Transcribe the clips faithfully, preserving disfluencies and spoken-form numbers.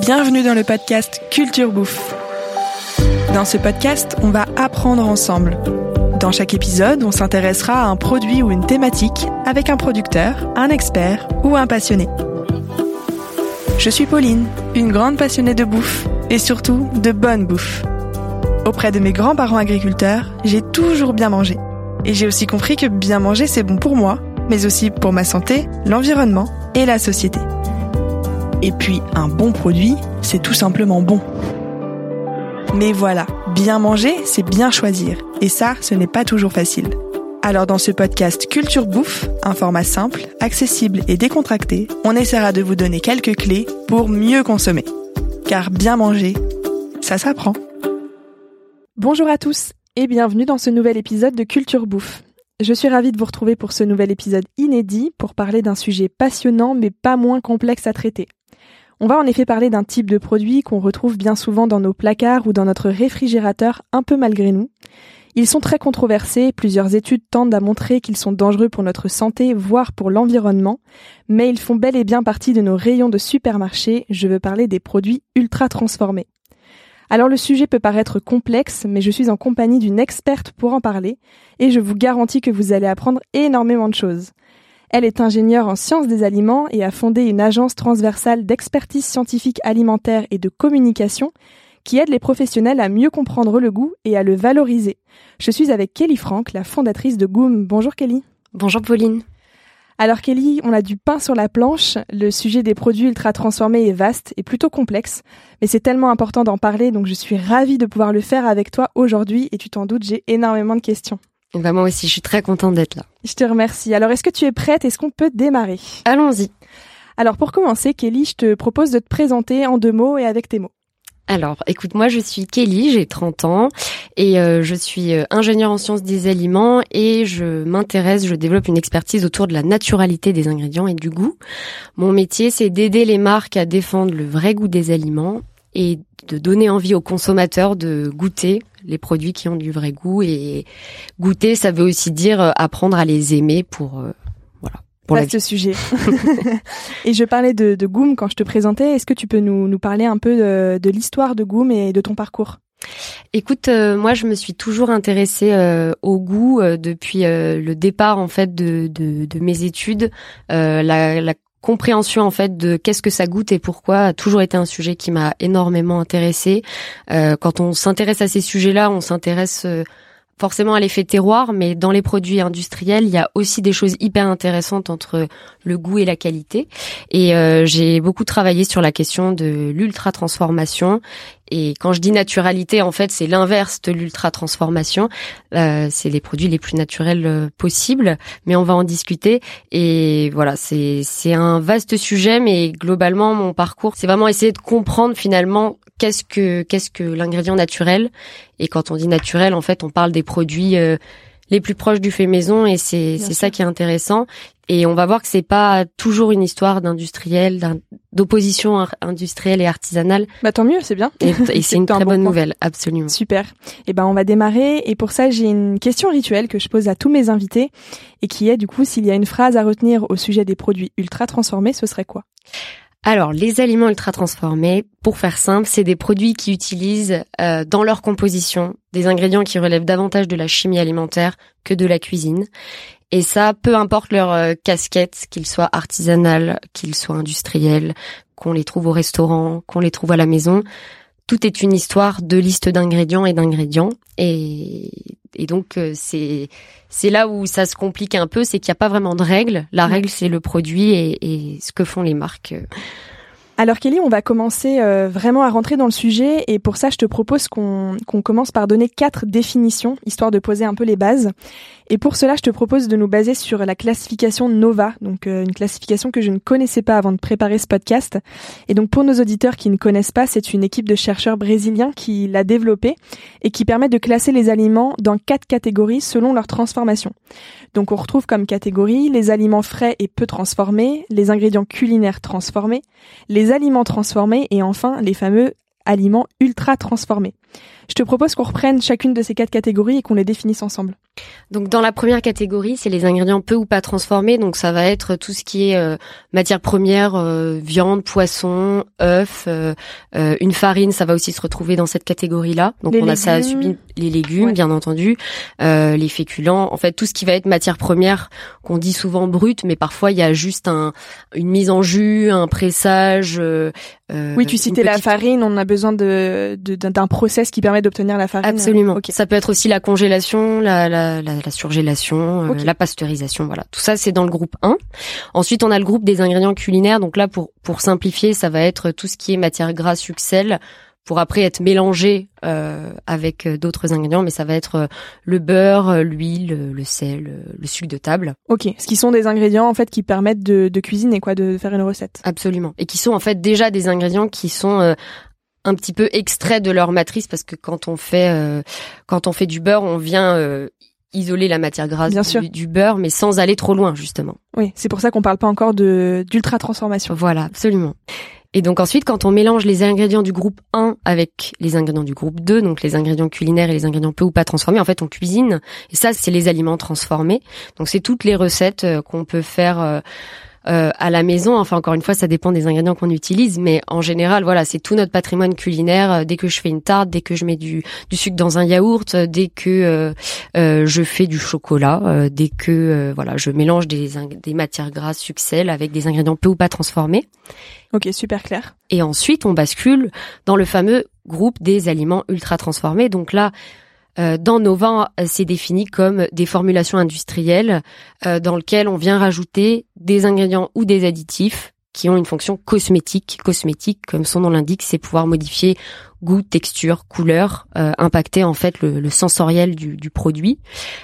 Bienvenue dans le podcast Culture Bouffe. Dans ce podcast, on va apprendre ensemble. Dans chaque épisode, on s'intéressera à un produit ou une thématique avec un producteur, un expert ou un passionné. Je suis Pauline, une grande passionnée de bouffe et surtout de bonne bouffe. Auprès de mes grands-parents agriculteurs, j'ai toujours bien mangé. Et j'ai aussi compris que bien manger, c'est bon pour moi, mais aussi pour ma santé, l'environnement et la société. Et puis, un bon produit, c'est tout simplement bon. Mais voilà, bien manger, c'est bien choisir. Et ça, ce n'est pas toujours facile. Alors dans ce podcast Culture Bouffe, un format simple, accessible et décontracté, on essaiera de vous donner quelques clés pour mieux consommer. Car bien manger, ça s'apprend. Bonjour à tous et bienvenue dans ce nouvel épisode de Culture Bouffe. Je suis ravie de vous retrouver pour ce nouvel épisode inédit pour parler d'un sujet passionnant mais pas moins complexe à traiter. On va en effet parler d'un type de produit qu'on retrouve bien souvent dans nos placards ou dans notre réfrigérateur un peu malgré nous. Ils sont très controversés, plusieurs études tendent à montrer qu'ils sont dangereux pour notre santé, voire pour l'environnement, mais ils font bel et bien partie de nos rayons de supermarché, je veux parler des produits ultra transformés. Alors le sujet peut paraître complexe, mais je suis en compagnie d'une experte pour en parler, et je vous garantis que vous allez apprendre énormément de choses. Elle est ingénieure en sciences des aliments et a fondé une agence transversale d'expertise scientifique alimentaire et de communication qui aide les professionnels à mieux comprendre le goût et à le valoriser. Je suis avec Kelly Frank, la fondatrice de Goom. Bonjour Kelly. Bonjour Pauline. Alors Kelly, on a du pain sur la planche. Le sujet des produits ultra transformés est vaste et plutôt complexe, mais c'est tellement important d'en parler, donc je suis ravie de pouvoir le faire avec toi aujourd'hui et tu t'en doutes, j'ai énormément de questions. Et ben moi aussi, je suis très contente d'être là. Je te remercie. Alors, est-ce que tu es prête? Est-ce qu'on peut démarrer? Allons-y. Alors, pour commencer, Kelly, je te propose de te présenter en deux mots et avec tes mots. Alors, écoute, moi, je suis Kelly, j'ai trente ans et euh, je suis ingénieure en sciences des aliments et je m'intéresse, je développe une expertise autour de la naturalité des ingrédients et du goût. Mon métier, c'est d'aider les marques à défendre le vrai goût des aliments et de donner envie aux consommateurs de goûter les produits qui ont du vrai goût. Et goûter, ça veut aussi dire apprendre à les aimer pour euh, voilà. Pour Vaste la... sujet. Et je parlais de, de Goom quand je te présentais. Est-ce que tu peux nous, nous parler un peu de, de l'histoire de Goom et de ton parcours? Écoute, euh, moi je me suis toujours intéressée euh, au goût euh, depuis euh, le départ en fait de, de, de mes études. Euh, la, la compréhension en fait de qu'est-ce que ça goûte et pourquoi a toujours été un sujet qui m'a énormément intéressée. Euh, quand on s'intéresse à ces sujets-là, on s'intéresse euh, forcément à l'effet terroir, mais dans les produits industriels, il y a aussi des choses hyper intéressantes entre le goût et la qualité. Et euh, j'ai beaucoup travaillé sur la question de l'ultra-transformation. Et quand je dis naturalité, en fait, c'est l'inverse de l'ultra-transformation. Euh, c'est les produits les plus naturels euh, possibles, mais on va en discuter. Et voilà, c'est c'est un vaste sujet, mais globalement, mon parcours, c'est vraiment essayer de comprendre finalement qu'est-ce que qu'est-ce que l'ingrédient naturel. Et quand on dit naturel, en fait, on parle des produits euh, les plus proches du fait maison, et c'est Bien c'est sûr. Ça qui est intéressant. Et on va voir que c'est pas toujours une histoire d'industriel, d'un, d'opposition industrielle et artisanale. Bah tant mieux, c'est bien. Et, et c'est, c'est une très bon bonne point. Nouvelle, absolument. Super. Et ben on va démarrer. Et pour ça, j'ai une question rituelle que je pose à tous mes invités, et qui est du coup, s'il y a une phrase à retenir au sujet des produits ultra transformés, ce serait quoi? Alors, les aliments ultra transformés, pour faire simple, c'est des produits qui utilisent euh, dans leur composition des ingrédients qui relèvent davantage de la chimie alimentaire que de la cuisine. Et ça, peu importe leur euh, casquette, qu'ils soient artisanales, qu'ils soient industriels, qu'on les trouve au restaurant, qu'on les trouve à la maison, tout est une histoire de liste d'ingrédients et d'ingrédients. Et, et donc, euh, c'est c'est là où ça se complique un peu, c'est qu'il n'y a pas vraiment de règles. La règle, c'est le produit et, et ce que font les marques. Alors Kelly, on va commencer euh, vraiment à rentrer dans le sujet, et pour ça, je te propose qu'on, qu'on commence par donner quatre définitions, histoire de poser un peu les bases. Et pour cela, je te propose de nous baser sur la classification Nova, donc euh, une classification que je ne connaissais pas avant de préparer ce podcast. Et donc pour nos auditeurs qui ne connaissent pas, c'est une équipe de chercheurs brésiliens qui l'a développée et qui permet de classer les aliments dans quatre catégories selon leur transformation. Donc on retrouve comme catégorie les aliments frais et peu transformés, les ingrédients culinaires transformés, les aliments transformés et enfin les fameux aliments ultra transformés. Je te propose qu'on reprenne chacune de ces quatre catégories et qu'on les définisse ensemble. Donc dans la première catégorie, c'est les ingrédients peu ou pas transformés. Donc ça va être tout ce qui est euh, matière première, euh, viande, poisson, œufs, euh, euh, une farine. Ça va aussi se retrouver dans cette catégorie-là. Donc les on légumes. a ça subi les légumes, ouais. Bien entendu, euh, les féculents. En fait, tout ce qui va être matière première, qu'on dit souvent brute, mais parfois il y a juste un une mise en jus, un pressage. Euh, euh, oui, tu citais petite... la farine. On a besoin de, de d'un process qui permet d'obtenir la farine. Absolument. Okay. Ça peut être aussi la congélation, la la, la, la surgélation, okay. euh, la pasteurisation. Voilà. Tout ça, c'est dans le groupe un. Ensuite, on a le groupe des ingrédients culinaires. Donc là, pour pour simplifier, ça va être tout ce qui est matière grasse, sucre, sel, pour après être mélangé euh, avec d'autres ingrédients. Mais ça va être le beurre, l'huile, le sel, le sucre de table. Ok. Ce qui sont des ingrédients en fait qui permettent de, de cuisiner, quoi, de faire une recette. Absolument. Et qui sont en fait déjà des ingrédients qui sont euh, un petit peu extraits de leur matrice, parce que quand on fait euh, quand on fait du beurre, on vient euh, isoler la matière grasse du, du beurre, mais sans aller trop loin, justement. Oui, c'est pour ça qu'on parle pas encore de d'ultra transformation. Voilà, absolument. Et donc ensuite, quand on mélange les ingrédients du groupe un avec les ingrédients du groupe deux, donc les ingrédients culinaires et les ingrédients peu ou pas transformés, en fait, on cuisine. Et ça, c'est les aliments transformés. Donc c'est toutes les recettes euh, qu'on peut faire euh, Euh, à la maison. Enfin, encore une fois, ça dépend des ingrédients qu'on utilise, mais en général, voilà, c'est tout notre patrimoine culinaire. Euh, dès que je fais une tarte, dès que je mets du, du sucre dans un yaourt, euh, dès que euh, euh, je fais du chocolat, euh, dès que euh, voilà, je mélange des, des matières grasses, sucre, sel avec des ingrédients peu ou pas transformés. Ok, super clair. Et ensuite, on bascule dans le fameux groupe des aliments ultra transformés. Donc là, Euh, dans nos vins, c'est défini comme des formulations industrielles euh, dans lesquelles on vient rajouter des ingrédients ou des additifs qui ont une fonction cosmétique. Cosmétique, comme son nom l'indique, c'est pouvoir modifier goût, texture, couleur, euh, impacter en fait le, le sensoriel du, du produit.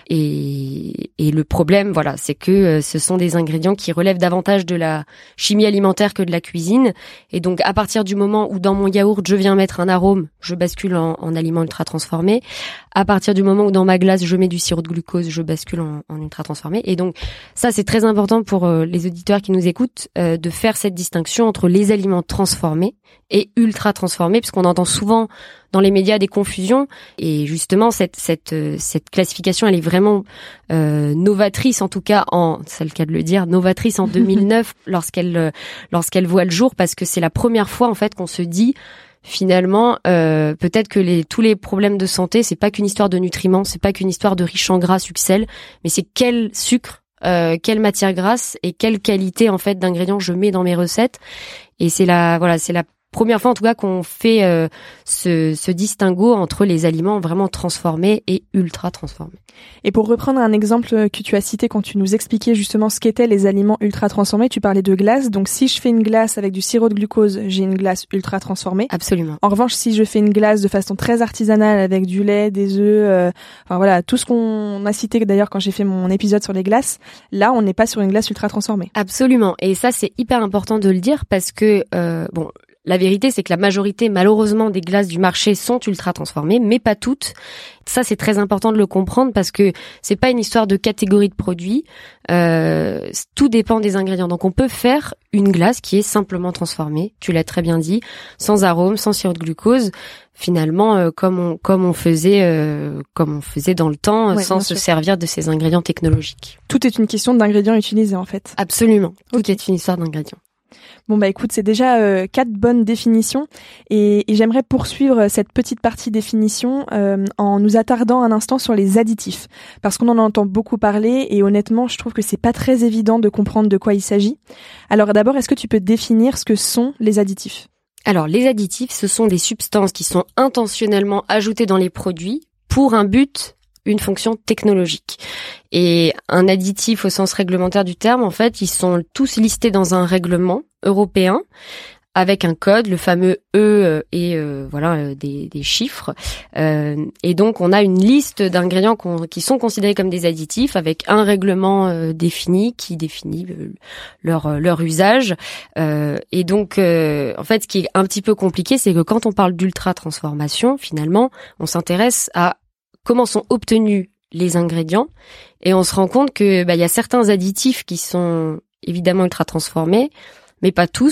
Et, et le problème, voilà, c'est que euh, ce sont des ingrédients qui relèvent davantage de la chimie alimentaire que de la cuisine. Et donc, à partir du moment où dans mon yaourt, je viens mettre un arôme, je bascule en, en aliment ultra transformé. À partir du moment où dans ma glace, je mets du sirop de glucose, je bascule en, en ultra transformé. Et donc, ça, c'est très important pour euh, les auditeurs qui nous écoutent euh, de faire cette distinction entre les aliments transformés et ultra transformés, puisqu'on entend souvent dans les médias des confusions. Et justement, cette cette cette classification, elle est vraiment euh, novatrice, en tout cas, en c'est le cas de le dire, novatrice en deux mille neuf lorsqu'elle lorsqu'elle voit le jour, parce que c'est la première fois en fait qu'on se dit finalement euh, peut-être que les tous les problèmes de santé, c'est pas qu'une histoire de nutriments, c'est pas qu'une histoire de riche en gras, sucre, sel, mais c'est quel sucre, euh, quelle matière grasse et quelle qualité en fait d'ingrédients je mets dans mes recettes. Et c'est la voilà, c'est la première fois en tout cas qu'on fait euh, ce, ce distinguo entre les aliments vraiment transformés et ultra transformés. Et pour reprendre un exemple que tu as cité quand tu nous expliquais justement ce qu'étaient les aliments ultra transformés, tu parlais de glace. Donc si je fais une glace avec du sirop de glucose, j'ai une glace ultra transformée. Absolument. En revanche, si je fais une glace de façon très artisanale avec du lait, des œufs, euh, enfin voilà, tout ce qu'on a cité d'ailleurs quand j'ai fait mon épisode sur les glaces, là on n'est pas sur une glace ultra transformée. Absolument. Et ça c'est hyper important de le dire parce que euh, bon. La vérité, c'est que la majorité, malheureusement, des glaces du marché sont ultra transformées, mais pas toutes. Ça, c'est très important de le comprendre parce que c'est pas une histoire de catégorie de produits. Euh, tout dépend des ingrédients. Donc, on peut faire une glace qui est simplement transformée. Tu l'as très bien dit, sans arôme, sans sirop de glucose. Finalement, euh, comme on comme on faisait euh, comme on faisait dans le temps, ouais, sans se sûr. servir de ces ingrédients technologiques. Tout est une question d'ingrédients utilisés, en fait. Absolument. Tout okay. est une histoire d'ingrédients. Bon bah écoute, c'est déjà euh, quatre bonnes définitions et, et j'aimerais poursuivre cette petite partie définition euh, en nous attardant un instant sur les additifs parce qu'on en entend beaucoup parler et honnêtement je trouve que c'est pas très évident de comprendre de quoi il s'agit. Alors d'abord, est-ce que tu peux définir ce que sont les additifs ? Alors les additifs, ce sont des substances qui sont intentionnellement ajoutées dans les produits pour un but, une fonction technologique. Et un additif au sens réglementaire du terme, en fait, ils sont tous listés dans un règlement européen avec un code, le fameux E et euh, voilà des, des chiffres. Euh, et donc on a une liste d'ingrédients qu'on, qui sont considérés comme des additifs avec un règlement euh, défini qui définit euh, leur leur usage. Euh, et donc euh, en fait, ce qui est un petit peu compliqué, c'est que quand on parle d'ultra transformation, finalement, on s'intéresse à comment sont obtenus les ingrédients et on se rend compte que bah il y a certains additifs qui sont évidemment ultra transformés, mais pas tous.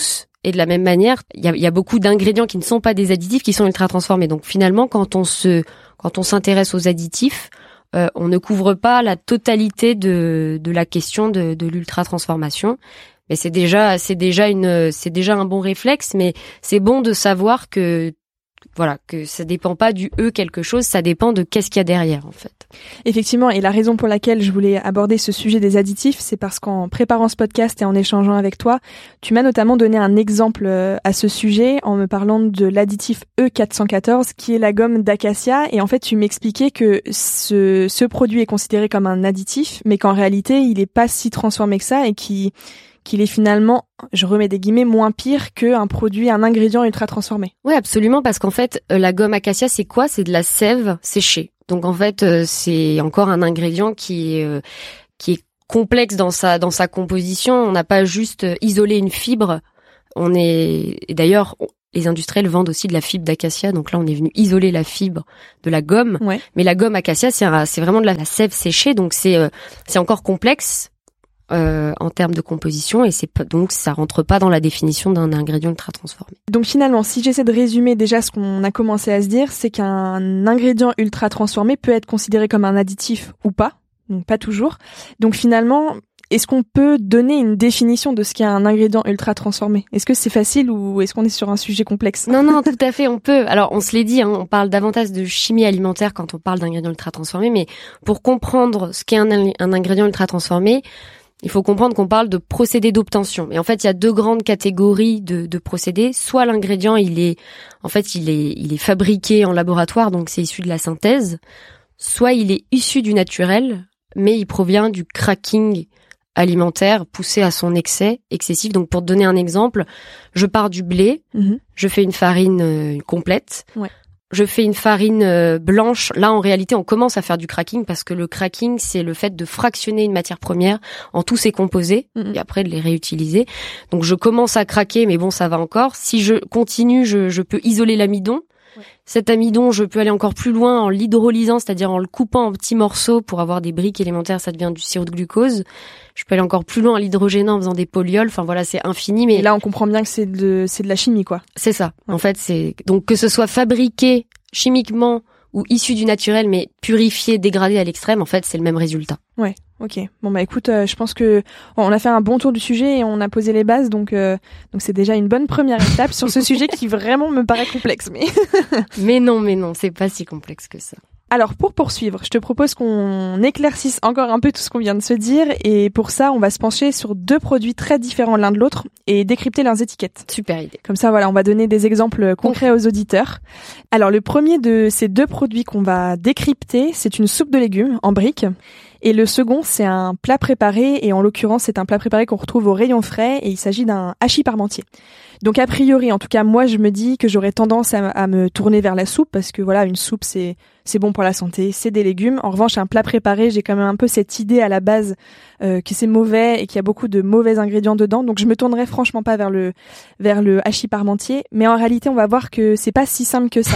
Et de la même manière, il y a, y a beaucoup d'ingrédients qui ne sont pas des additifs, qui sont ultra transformés. Donc finalement, quand on se, quand on s'intéresse aux additifs, euh, on ne couvre pas la totalité de, de la question de, de l'ultra transformation. Mais c'est déjà, c'est déjà une, c'est déjà un bon réflexe. Mais c'est bon de savoir que, voilà, que ça dépend pas du E quelque chose, ça dépend de qu'est-ce qu'il y a derrière, en fait. Effectivement, et la raison pour laquelle je voulais aborder ce sujet des additifs, c'est parce qu'en préparant ce podcast et en échangeant avec toi, tu m'as notamment donné un exemple à ce sujet en me parlant de l'additif E quatre cent quatorze, qui est la gomme d'acacia, et en fait, tu m'expliquais que ce, ce produit est considéré comme un additif, mais qu'en réalité, il est pas si transformé que ça, et qui qu'il est finalement, je remets des guillemets, moins pire qu'un produit, un ingrédient ultra transformé. Oui, absolument, parce qu'en fait, la gomme acacia, c'est quoi ? C'est de la sève séchée. Donc en fait, c'est encore un ingrédient qui est, euh, qui est complexe dans sa, dans sa composition. On n'a pas juste isolé une fibre. On est, et d'ailleurs, les industriels vendent aussi de la fibre d'acacia. Donc là, on est venu isoler la fibre de la gomme. Ouais. Mais la gomme acacia, c'est, un, c'est vraiment de la, la sève séchée. Donc c'est, euh, c'est encore complexe. Euh, en termes de composition, et c'est donc ça rentre pas dans la définition d'un ingrédient ultra transformé. Donc finalement, si j'essaie de résumer déjà ce qu'on a commencé à se dire, c'est qu'un ingrédient ultra transformé peut être considéré comme un additif ou pas, donc pas toujours. Donc finalement, est-ce qu'on peut donner une définition de ce qu'est un ingrédient ultra transformé ? Est-ce que c'est facile ou est-ce qu'on est sur un sujet complexe ? Non, non, tout à fait, on peut. Alors, on se l'est dit, hein, on parle davantage de chimie alimentaire quand on parle d'ingrédients ultra transformés, mais pour comprendre ce qu'est un, un ingrédient ultra transformé, il faut comprendre qu'on parle de procédés d'obtention. Et en fait, il y a deux grandes catégories de, de procédés. Soit l'ingrédient, il est, en fait, il est, il est fabriqué en laboratoire, donc c'est issu de la synthèse. Soit il est issu du naturel, mais il provient du cracking alimentaire poussé à son excès excessif. Donc, pour te donner un exemple, je pars du blé, mmh. je fais une farine euh, complète. Ouais. Je fais une farine euh, blanche. Là, en réalité, on commence à faire du cracking parce que le cracking, c'est le fait de fractionner une matière première en tous ses composés mmh. et après de les réutiliser. Donc, je commence à craquer, mais bon, ça va encore. Si je continue, je, je peux isoler l'amidon. Ouais. Cet amidon, je peux aller encore plus loin en l'hydrolysant, c'est-à-dire en le coupant en petits morceaux pour avoir des briques élémentaires, ça devient du sirop de glucose. Je peux aller encore plus loin en l'hydrogénant en faisant des polyols. Enfin voilà, c'est infini. Mais et là, on comprend bien que c'est de, c'est de la chimie, quoi. C'est ça. Ouais. En fait, c'est donc que ce soit fabriqué chimiquement ou issu du naturel, mais purifié, dégradé à l'extrême, en fait, c'est le même résultat. Ouais. Ok. Bon bah écoute, euh, je pense que on a fait un bon tour du sujet et on a posé les bases, donc euh, donc c'est déjà une bonne première étape sur ce sujet qui vraiment me paraît complexe. Mais mais non, mais non, c'est pas si complexe que ça. Alors pour poursuivre, je te propose qu'on éclaircisse encore un peu tout ce qu'on vient de se dire, et pour ça, on va se pencher sur deux produits très différents l'un de l'autre et décrypter leurs étiquettes. Super idée. Comme ça, voilà, on va donner des exemples concrets aux auditeurs. Alors le premier de ces deux produits qu'on va décrypter, c'est une soupe de légumes en briques. Et le second, c'est un plat préparé, et en l'occurrence, c'est un plat préparé qu'on retrouve au rayon frais, et il s'agit d'un hachis parmentier. Donc a priori, en tout cas, moi je me dis que j'aurais tendance à, à me tourner vers la soupe, parce que voilà, une soupe c'est c'est bon pour la santé, c'est des légumes. En revanche, un plat préparé, j'ai quand même un peu cette idée à la base euh, que c'est mauvais et qu'il y a beaucoup de mauvais ingrédients dedans, donc je me tournerais franchement pas vers le vers le hachis parmentier. Mais en réalité, on va voir que c'est pas si simple que ça.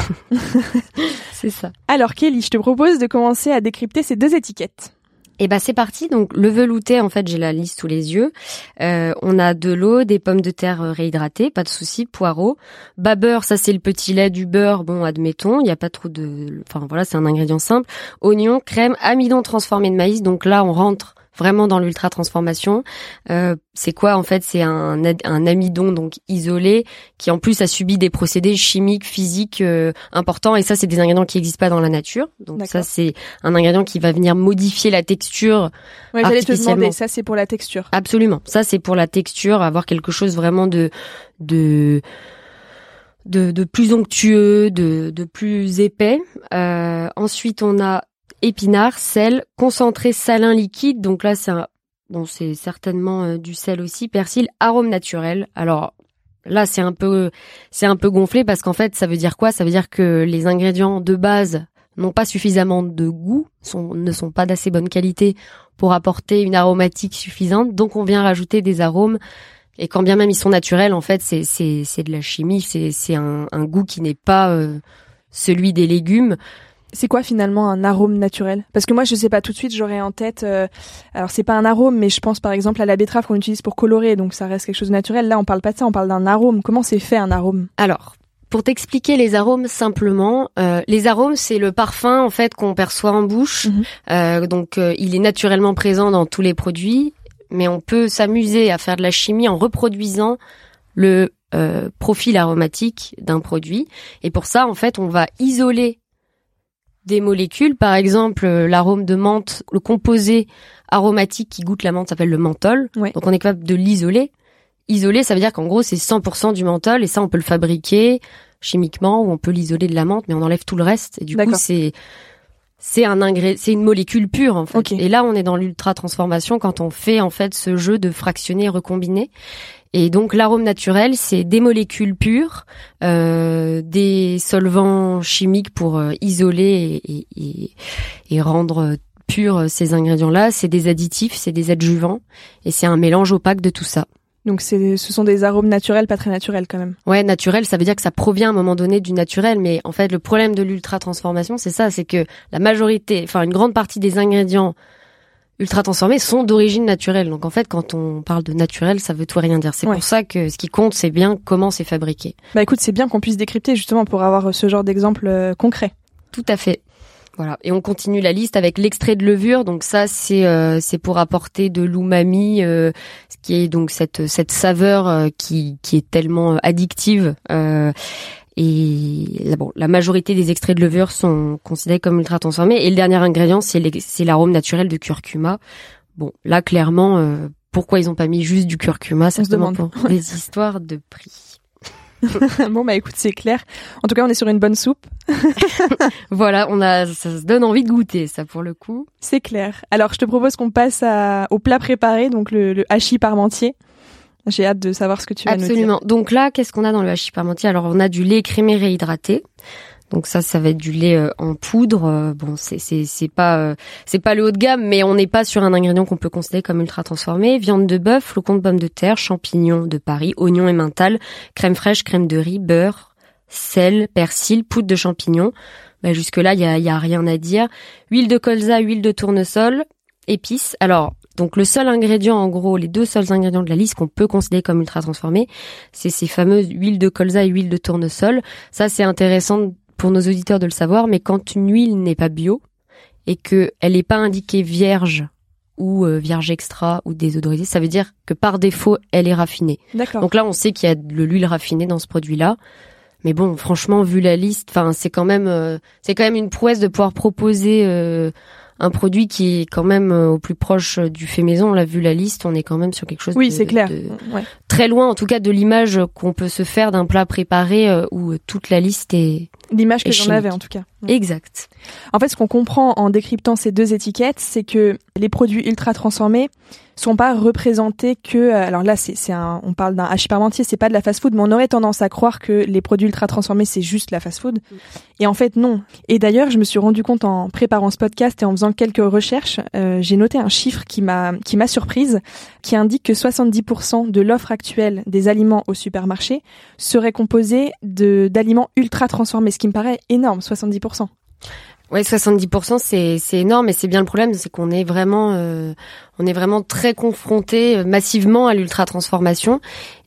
C'est ça. Alors Kelly, je te propose de commencer à décrypter ces deux étiquettes. Et bah c'est parti. Donc le velouté, en fait, j'ai la liste sous les yeux. Euh, on a de l'eau, des pommes de terre réhydratées, pas de souci, poireaux, babeur, ça c'est le petit lait, du beurre, bon admettons, il n'y a pas trop de, enfin voilà, c'est un ingrédient simple. Oignon, crème, amidon transformé de maïs. Donc là, on rentre vraiment dans l'ultra transformation. Euh, c'est quoi en fait ? C'est un, un amidon donc isolé qui en plus a subi des procédés chimiques, physiques euh, importants, et ça c'est des ingrédients qui n'existent pas dans la nature. Donc D'accord. Ça c'est un ingrédient qui va venir modifier la texture. Ouais, j'allais te demander, ça c'est pour la texture. Absolument, ça c'est pour la texture, avoir quelque chose vraiment de de de, de plus onctueux, de de plus épais. Euh, ensuite on a épinards, sel, concentré salin liquide. Donc là, c'est un, bon, c'est certainement euh, du sel aussi. Persil, arôme naturel. Alors là, c'est un peu, c'est un peu gonflé parce qu'en fait, ça veut dire quoi ? Ça veut dire que les ingrédients de base n'ont pas suffisamment de goût, sont, ne sont pas d'assez bonne qualité pour apporter une aromatique suffisante. Donc on vient rajouter des arômes. Et quand bien même ils sont naturels, en fait, c'est c'est c'est de la chimie. C'est c'est un, un goût qui n'est pas euh, celui des légumes. C'est quoi finalement un arôme naturel? Parce que moi je sais pas, tout de suite j'aurais en tête, euh, alors c'est pas un arôme, mais je pense par exemple à la betterave qu'on utilise pour colorer, donc ça reste quelque chose de naturel. Là on parle pas de ça, on parle d'un arôme. Comment c'est fait un arôme? Alors, pour t'expliquer les arômes simplement, euh, les arômes c'est le parfum en fait qu'on perçoit en bouche, mmh. euh, donc euh, il est naturellement présent dans tous les produits, mais on peut s'amuser à faire de la chimie en reproduisant le euh, profil aromatique d'un produit, et pour ça en fait on va isoler des molécules, par exemple l'arôme de menthe, le composé aromatique qui goûte la menthe s'appelle le menthol, ouais. Donc on est capable de l'isoler. Isoler, ça veut dire qu'en gros c'est cent pour cent du menthol, et ça on peut le fabriquer chimiquement, ou on peut l'isoler de la menthe, mais on enlève tout le reste, et du D'accord. coup c'est c'est un ingrédient, c'est une molécule pure en fait. Okay. Et là on est dans l'ultra transformation quand on fait en fait ce jeu de fractionner et recombiner. Et donc l'arôme naturel, c'est des molécules pures, euh, des solvants chimiques pour euh, isoler et, et, et rendre purs ces ingrédients-là. C'est des additifs, c'est des adjuvants, et c'est un mélange opaque de tout ça. Donc c'est, ce sont des arômes naturels, pas très naturels quand même. Ouais, naturel, ça veut dire que ça provient à un moment donné du naturel, mais en fait le problème de l'ultra transformation, c'est ça, c'est que la majorité, enfin une grande partie des ingrédients ultra transformés sont d'origine naturelle. Donc en fait, quand on parle de naturel, ça veut tout et rien dire. C'est ouais. pour ça que ce qui compte, c'est bien comment c'est fabriqué. Bah écoute, c'est bien qu'on puisse décrypter justement pour avoir ce genre d'exemple euh, concret. Tout à fait. Voilà. Et on continue la liste avec l'extrait de levure. Donc ça, c'est euh, c'est pour apporter de l'umami, euh, ce qui est donc cette cette saveur euh, qui qui est tellement addictive. Euh, Et là, bon, la majorité des extraits de levure sont considérés comme ultra transformés. Et le dernier ingrédient, c'est, les, c'est l'arôme naturel de curcuma. Bon, là, clairement, euh, pourquoi ils ont pas mis juste du curcuma? Ça se demande pour des histoires de prix. Bon, bah écoute, c'est clair. En tout cas, on est sur une bonne soupe. Voilà, on a, ça se donne envie de goûter, ça, pour le coup. C'est clair. Alors, je te propose qu'on passe à, au plat préparé, donc le, le hachis parmentier. J'ai hâte de savoir ce que tu vas Absolument. nous dire. Absolument. Donc là, qu'est-ce qu'on a dans le hachis parmentier? Alors, on a du lait écrémé réhydraté. Donc ça, ça va être du lait euh, en poudre. Euh, bon, c'est c'est c'est pas euh, c'est pas le haut de gamme, mais on n'est pas sur un ingrédient qu'on peut considérer comme ultra transformé. Viande de bœuf, flocons de pommes de terre, champignons de Paris, oignons emmental, crème fraîche, crème de riz, beurre, sel, persil, poudre de champignons. Bah, jusque là, il y a il y a rien à dire. Huile de colza, huile de tournesol, épices. Alors donc le seul ingrédient, en gros, les deux seuls ingrédients de la liste qu'on peut considérer comme ultra transformés, c'est ces fameuses huiles de colza et huile de tournesol. Ça, c'est intéressant pour nos auditeurs de le savoir, mais quand une huile n'est pas bio et que elle n'est pas indiquée vierge ou euh, vierge extra ou désodorisée, ça veut dire que par défaut, elle est raffinée. D'accord. Donc là, on sait qu'il y a de l'huile raffinée dans ce produit-là. Mais bon, franchement, vu la liste, enfin, c'est quand même, euh, c'est quand même une prouesse de pouvoir proposer euh, un produit qui est quand même euh, au plus proche du fait maison. On l'a vu la liste, on est quand même sur quelque chose oui, de, c'est clair. de ouais. très loin, en tout cas, de l'image qu'on peut se faire d'un plat préparé euh, où toute la liste est l'image que est j'en chimique. avais en tout cas. Exact. En fait, ce qu'on comprend en décryptant ces deux étiquettes, c'est que les produits ultra transformés sont pas représentés que, alors là, c'est, c'est un, on parle d'un hachis parmentier, c'est pas de la fast-food, mais on aurait tendance à croire que les produits ultra transformés, c'est juste la fast-food. Et en fait, non. Et d'ailleurs, je me suis rendu compte en préparant ce podcast et en faisant quelques recherches, euh, j'ai noté un chiffre qui m'a, qui m'a surprise, qui indique que soixante-dix pour cent de l'offre actuelle des aliments au supermarché serait composée de, d'aliments ultra transformés, ce qui me paraît énorme, soixante-dix pour cent. Ouais, soixante-dix pour cent, c'est c'est énorme, et c'est bien le problème, c'est qu'on est vraiment euh, on est vraiment très confronté massivement à l'ultra transformation,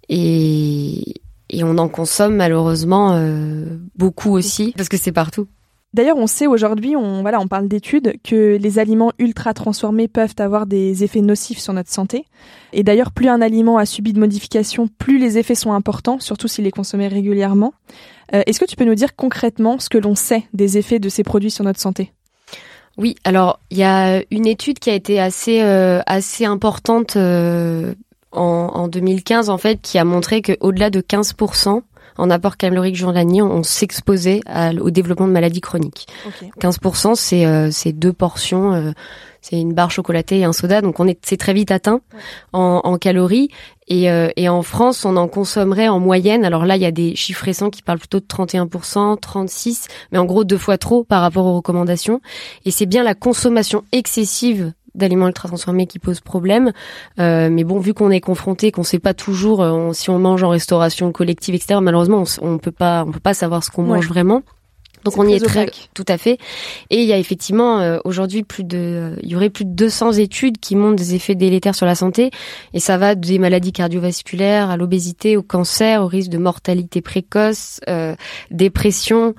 et et on en consomme malheureusement euh, beaucoup aussi parce que c'est partout. D'ailleurs, on sait aujourd'hui, on voilà, on parle d'études, que les aliments ultra transformés peuvent avoir des effets nocifs sur notre santé. Et d'ailleurs, plus un aliment a subi de modifications, plus les effets sont importants, surtout s'il est consommé régulièrement. Euh, est-ce que tu peux nous dire concrètement ce que l'on sait des effets de ces produits sur notre santé ? Oui, alors il y a une étude qui a été assez euh, assez importante euh, en, en deux mille quinze en fait, qui a montré que au-delà de quinze pour cent en apport calorique journalier, on s'exposait à, au développement de maladies chroniques. Okay. quinze pour cent, c'est euh, c'est deux portions, euh, c'est une barre chocolatée et un soda, donc on est c'est très vite atteint ouais. en, en calories. Et, euh, et en France, on en consommerait en moyenne. Alors là, il y a des chiffres récents qui parlent plutôt de trente et un pour cent, trente-six, mais en gros deux fois trop par rapport aux recommandations. Et c'est bien la consommation excessive d'aliments ultra transformés qui pose problème, euh, mais bon, vu qu'on est confronté, qu'on sait pas toujours euh, on, si on mange en restauration collective, et cetera. Malheureusement, on, on peut pas, on peut pas savoir ce qu'on ouais. mange vraiment. Donc c'est on y est très, opaque. tout à fait. Et il y a effectivement euh, aujourd'hui plus de, euh, il y aurait plus de deux cents études qui montrent des effets délétères sur la santé. Et ça va des maladies cardiovasculaires à l'obésité, au cancer, au risque de mortalité précoce, euh, dépression,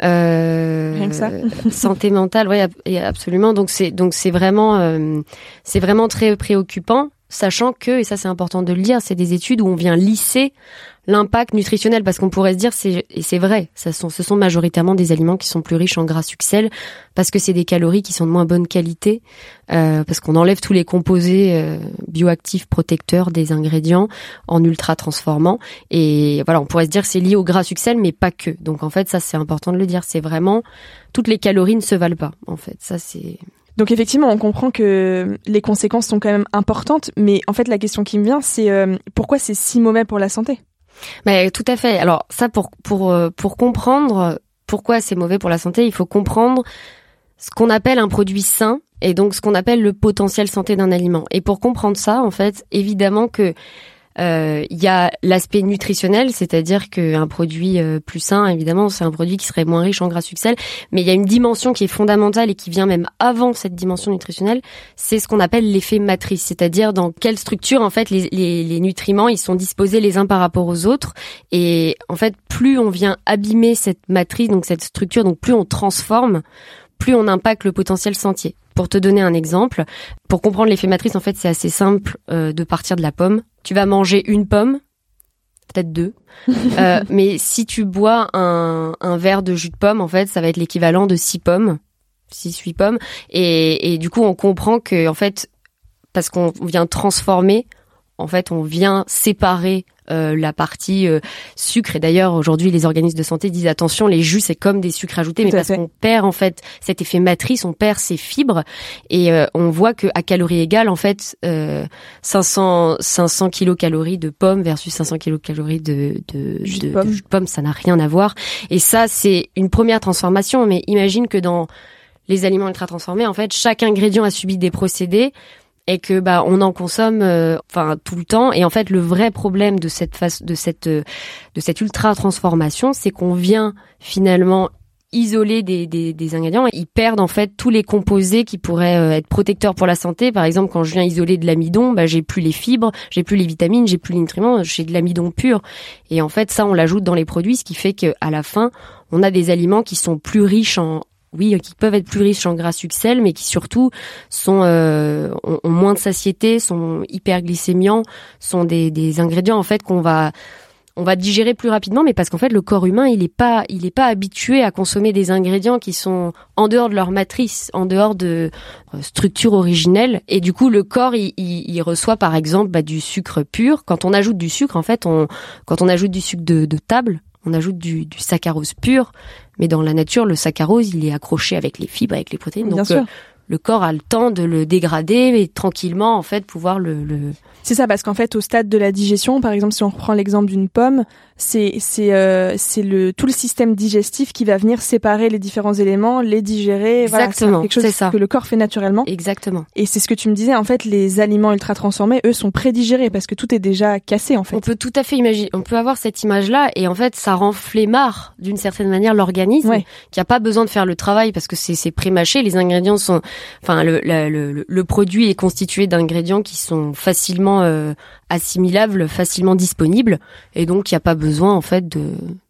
euh, Rien que ça. santé mentale. Oui, absolument. Donc c'est donc c'est vraiment euh, c'est vraiment très préoccupant, sachant que, et ça c'est important de le dire, c'est des études où on vient lisser l'impact nutritionnel, parce qu'on pourrait se dire, c'est, et c'est vrai, ça sont, ce sont majoritairement des aliments qui sont plus riches en gras succel, parce que c'est des calories qui sont de moins bonne qualité, euh, parce qu'on enlève tous les composés euh, bioactifs protecteurs des ingrédients en ultra transformants, et voilà, on pourrait se dire que c'est lié au gras succel, mais pas que. Donc en fait, ça c'est important de le dire, c'est vraiment, toutes les calories ne se valent pas, en fait, ça c'est... Donc effectivement, on comprend que les conséquences sont quand même importantes, mais en fait la question qui me vient, c'est euh, pourquoi c'est si mauvais pour la santé ? Mais tout à fait. Alors ça, pour pour pour comprendre pourquoi c'est mauvais pour la santé, il faut comprendre ce qu'on appelle un produit sain et donc ce qu'on appelle le potentiel santé d'un aliment. Et pour comprendre ça, en fait, évidemment que euh, il y a l'aspect nutritionnel, c'est-à-dire qu'un produit euh, plus sain, évidemment, c'est un produit qui serait moins riche en gras succel, mais il y a une dimension qui est fondamentale et qui vient même avant cette dimension nutritionnelle, c'est ce qu'on appelle l'effet matrice, c'est-à-dire dans quelle structure, en fait, les, les, les nutriments, ils sont disposés les uns par rapport aux autres, et en fait, plus on vient abîmer cette matrice, donc cette structure, donc plus on transforme, plus on impacte le potentiel santé. Pour te donner un exemple, pour comprendre l'effet matrice, en fait, c'est assez simple euh, de partir de la pomme. Tu vas manger une pomme, peut-être deux, euh, mais si tu bois un, un verre de jus de pomme, en fait, ça va être l'équivalent de six pommes, six, huit pommes, et, et du coup, on comprend que, en fait, parce qu'on vient transformer, en fait, on vient séparer Euh, la partie euh, sucre, et d'ailleurs aujourd'hui les organismes de santé disent attention, les jus c'est comme des sucres ajoutés, mais parce qu'on perd en fait cet effet matrice, on perd ses fibres, et euh, on voit que à calories égales en fait euh, cinq cents kilocalories de pommes versus cinq cents kilocalories de de, jus de, de, pomme. de jus de pomme, ça n'a rien à voir, et ça c'est une première transformation. Mais imagine que dans les aliments ultra transformés, en fait chaque ingrédient a subi des procédés et que bah on en consomme euh, enfin tout le temps, et en fait le vrai problème de cette phase de cette euh, de cette ultra transformation, c'est qu'on vient finalement isoler des, des des ingrédients, ils perdent en fait tous les composés qui pourraient euh, être protecteurs pour la santé. Par exemple, quand je viens isoler de l'amidon, bah j'ai plus les fibres, j'ai plus les vitamines, j'ai plus les nutriments, j'ai de l'amidon pur, et en fait ça on l'ajoute dans les produits, ce qui fait que à la fin on a des aliments qui sont plus riches en oui, qui peuvent être plus riches en gras succel, mais qui surtout sont euh, ont, ont moins de satiété, sont hyperglycémiants, sont des, des ingrédients en fait qu'on va on va digérer plus rapidement, mais parce qu'en fait le corps humain il est pas il est pas habitué à consommer des ingrédients qui sont en dehors de leur matrice, en dehors de euh, structure originelle, et du coup le corps il, il, il reçoit par exemple bah, du sucre pur. Quand on ajoute du sucre, en fait on quand on ajoute du sucre de, de table, on ajoute du, du saccharose pur, mais dans la nature, le saccharose, il est accroché avec les fibres, avec les protéines. Bien donc sûr. Euh, le corps a le temps de le dégrader et tranquillement, en fait, pouvoir le... le... C'est ça, parce qu'en fait, au stade de la digestion, par exemple, si on reprend l'exemple d'une pomme, c'est c'est euh, c'est le tout le système digestif qui va venir séparer les différents éléments, les digérer. Exactement, voilà, c'est quelque chose c'est ça. que le corps fait naturellement. Exactement. Et c'est ce que tu me disais, en fait, les aliments ultra transformés, eux, sont prédigérés parce que tout est déjà cassé, en fait. On peut tout à fait imaginer, on peut avoir cette image-là, et en fait, ça rend flemmard d'une certaine manière l'organisme, ouais. qui a pas besoin de faire le travail parce que c'est c'est pré-mâché. Les ingrédients sont, enfin, le le le, le produit est constitué d'ingrédients qui sont facilement euh, assimilables, facilement disponibles, et donc il y a pas besoin en fait de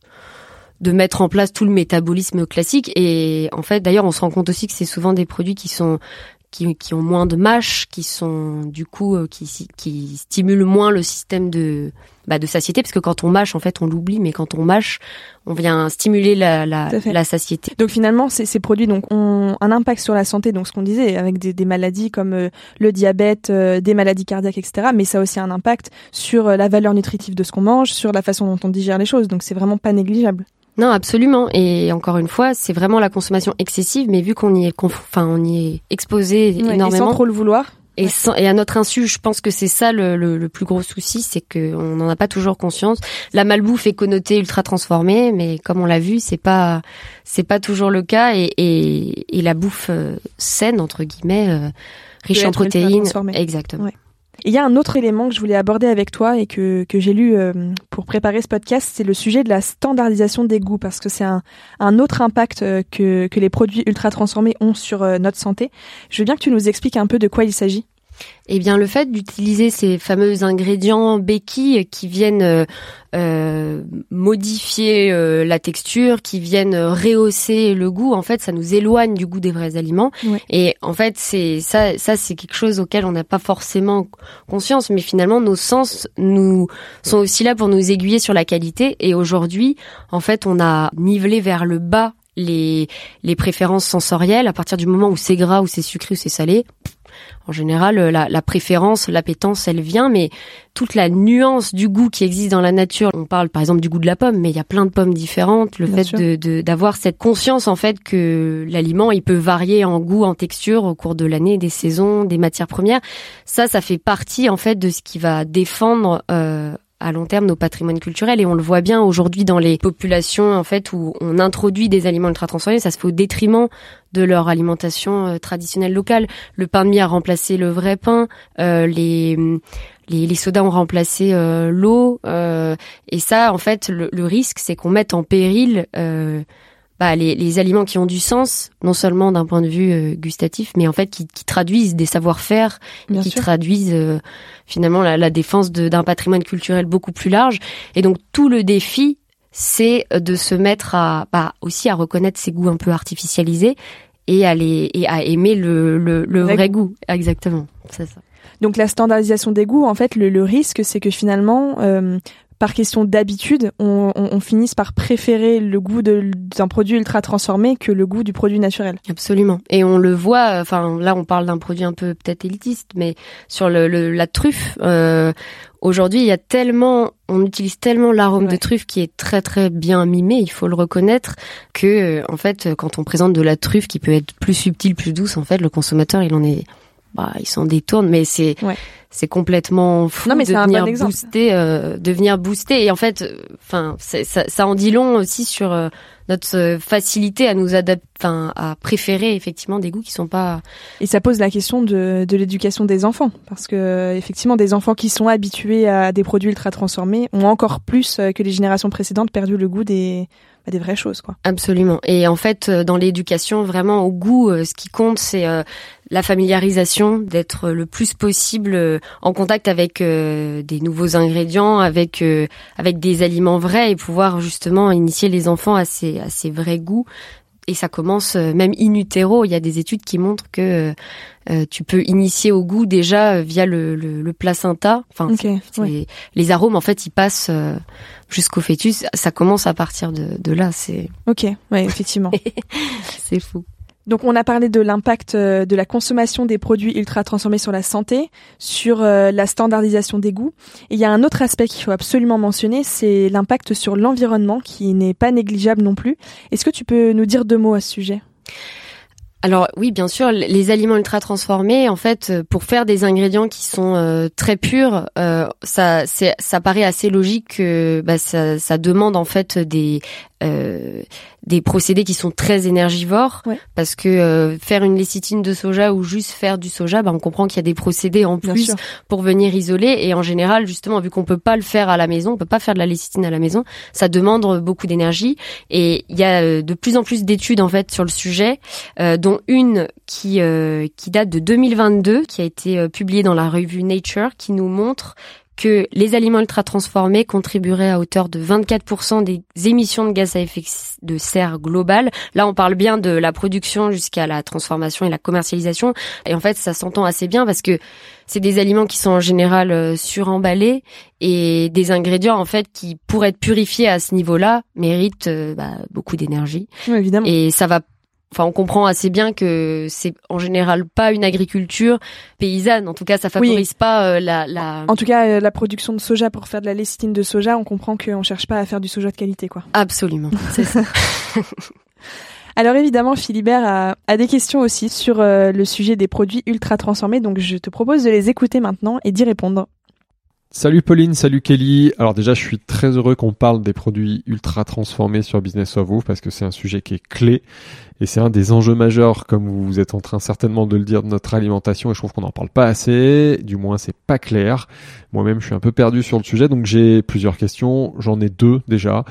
de mettre en place tout le métabolisme classique. Et en fait, d'ailleurs, on se rend compte aussi que c'est souvent des produits qui sont qui qui ont moins de mâche, qui sont du coup euh, qui qui stimulent moins le système de bah de satiété, parce que quand on mâche, en fait, on l'oublie, mais quand on mâche, on vient stimuler la la la satiété. Donc finalement, ces ces produits donc ont un impact sur la santé, donc ce qu'on disait, avec des des maladies comme euh, le diabète, euh, des maladies cardiaques, et cetera. Mais ça a aussi un impact sur euh, la valeur nutritive de ce qu'on mange, sur la façon dont on digère les choses. Donc c'est vraiment pas négligeable. Non, absolument. Et encore une fois, c'est vraiment la consommation excessive, mais vu qu'on y est, conf... enfin, on y est exposé ouais, énormément. Et sans trop le vouloir. Et, ouais. sans... et à notre insu, je pense que c'est ça le, le, le plus gros souci, c'est que on n'en a pas toujours conscience. La malbouffe est connotée ultra transformée, mais comme on l'a vu, c'est pas, c'est pas toujours le cas. Et, et, et la bouffe euh, saine entre guillemets, euh, riche en protéines, exactement. Ouais. Et il y a un autre élément que je voulais aborder avec toi et que que j'ai lu euh, pour préparer ce podcast, c'est le sujet de la standardisation des goûts, parce que c'est un un autre impact euh, que que les produits ultra transformés ont sur euh, notre santé. Je veux bien que tu nous expliques un peu de quoi il s'agit. Eh bien, le fait d'utiliser ces fameux ingrédients béquilles qui viennent euh, euh, modifier euh, la texture, qui viennent rehausser le goût, en fait, ça nous éloigne du goût des vrais aliments. Ouais. Et en fait, c'est ça, ça c'est quelque chose auquel on n'a pas forcément conscience, mais finalement, nos sens nous sont aussi là pour nous aiguiller sur la qualité. Et aujourd'hui, en fait, on a nivelé vers le bas les les préférences sensorielles à partir du moment où c'est gras, où c'est sucré, où c'est salé. En général, la, la préférence, l'appétence, elle vient, mais toute la nuance du goût qui existe dans la nature. On parle par exemple du goût de la pomme, mais il y a plein de pommes différentes. Le Bien fait de, de d'avoir cette conscience en fait que l'aliment, il peut varier en goût, en texture au cours de l'année, des saisons, des matières premières. Ça, ça fait partie en fait de ce qui va défendre euh, à long terme nos patrimoines culturels, et on le voit bien aujourd'hui dans les populations en fait où on introduit des aliments ultra transformés, ça se fait au détriment de leur alimentation euh, traditionnelle locale. Le pain de mie a remplacé le vrai pain, euh, les les, les sodas ont remplacé euh, l'eau, euh, et ça en fait le, le risque c'est qu'on mette en péril euh, bah, les, les aliments qui ont du sens, non seulement d'un point de vue euh, gustatif, mais en fait qui, qui traduisent des savoir-faire, et qui sûr. traduisent euh, finalement la, la défense de, d'un patrimoine culturel beaucoup plus large. Et donc tout le défi, c'est de se mettre à bah, aussi à reconnaître ces goûts un peu artificialisés et à les et à aimer le le, le vrai, vrai goût. goût. Exactement, c'est ça. Donc la standardisation des goûts, en fait, le, le risque, c'est que finalement euh, par question d'habitude, on, on, on finisse par préférer le goût de, d'un produit ultra transformé que le goût du produit naturel. Absolument. Et on le voit, enfin là on parle d'un produit un peu peut-être élitiste, mais sur le, le la truffe, euh, aujourd'hui il y a tellement, on utilise tellement l'arôme ouais. de truffe qui est très très bien mimé, il faut le reconnaître, que en fait quand on présente de la truffe qui peut être plus subtile, plus douce, en fait le consommateur il en est, bah il s'en détourne, mais c'est ouais. c'est complètement fou non, mais de venir bon booster, euh, de venir booster. Et en fait, enfin, euh, ça, ça en dit long aussi sur euh, notre facilité à nous adapter, enfin, à préférer effectivement des goûts qui sont pas. Et ça pose la question de, de l'éducation des enfants, parce que effectivement, des enfants qui sont habitués à des produits ultra transformés ont encore plus que les générations précédentes perdu le goût des des vraies choses, quoi. Absolument. Et en fait, dans l'éducation, vraiment au goût, ce qui compte, c'est euh, la familiarisation, d'être le plus possible en contact avec euh, des nouveaux ingrédients, avec euh, avec des aliments vrais, et pouvoir justement initier les enfants à ces à ces vrais goûts. Et ça commence euh, même in utero. Il y a des études qui montrent que euh, tu peux initier au goût déjà via le, le, le placenta. Enfin, okay, c'est, ouais. c'est, les arômes en fait ils passent euh, jusqu'au fœtus. Ça commence à partir de, de là. C'est ok, ouais, effectivement. C'est fou. Donc on a parlé de l'impact de la consommation des produits ultra transformés sur la santé, sur euh, la standardisation des goûts. Et il y a un autre aspect qu'il faut absolument mentionner, c'est l'impact sur l'environnement qui n'est pas négligeable non plus. Est-ce que tu peux nous dire deux mots à ce sujet ? Alors oui, bien sûr, les aliments ultra transformés, en fait, pour faire des ingrédients qui sont euh, très purs, euh, ça, c'est, ça paraît assez logique que bah, ça, ça demande en fait des euh, des procédés qui sont très énergivores, ouais. parce que euh, faire une lécithine de soja ou juste faire du soja, bah, on comprend qu'il y a des procédés en plus pour venir isoler. Et en général, justement, vu qu'on peut pas le faire à la maison, on peut pas faire de la lécithine à la maison, ça demande beaucoup d'énergie. Et il y a de plus en plus d'études en fait sur le sujet, euh, dont une qui euh, qui date de deux mille vingt-deux, qui a été euh, publiée dans la revue Nature, qui nous montre que les aliments ultra transformés contribueraient à hauteur de vingt-quatre pour cent des émissions de gaz à effet de serre globales. Là, on parle bien de la production jusqu'à la transformation et la commercialisation. Et en fait, ça s'entend assez bien parce que c'est des aliments qui sont en général euh, suremballés, et des ingrédients en fait qui, pour être purifiés à ce niveau-là, méritent euh, bah, beaucoup d'énergie. Oui, évidemment. Et ça va Enfin, on comprend assez bien que c'est en général pas une agriculture paysanne. En tout cas, ça favorise oui. pas euh, la, la... En tout cas, euh, la production de soja pour faire de la lécithine de soja, on comprend qu'on cherche pas à faire du soja de qualité, quoi. Absolument, c'est ça. Alors évidemment, Philibert a, a des questions aussi sur euh, le sujet des produits ultra transformés, donc je te propose de les écouter maintenant et d'y répondre. Salut Pauline, salut Kelly. Alors déjà, je suis très heureux qu'on parle des produits ultra transformés sur Business of Woof parce que c'est un sujet qui est clé et c'est un des enjeux majeurs, comme vous êtes en train certainement de le dire, de notre alimentation, et je trouve qu'on n'en parle pas assez, du moins c'est pas clair. Moi-même, je suis un peu perdu sur le sujet, donc j'ai plusieurs questions. J'en ai deux déjà.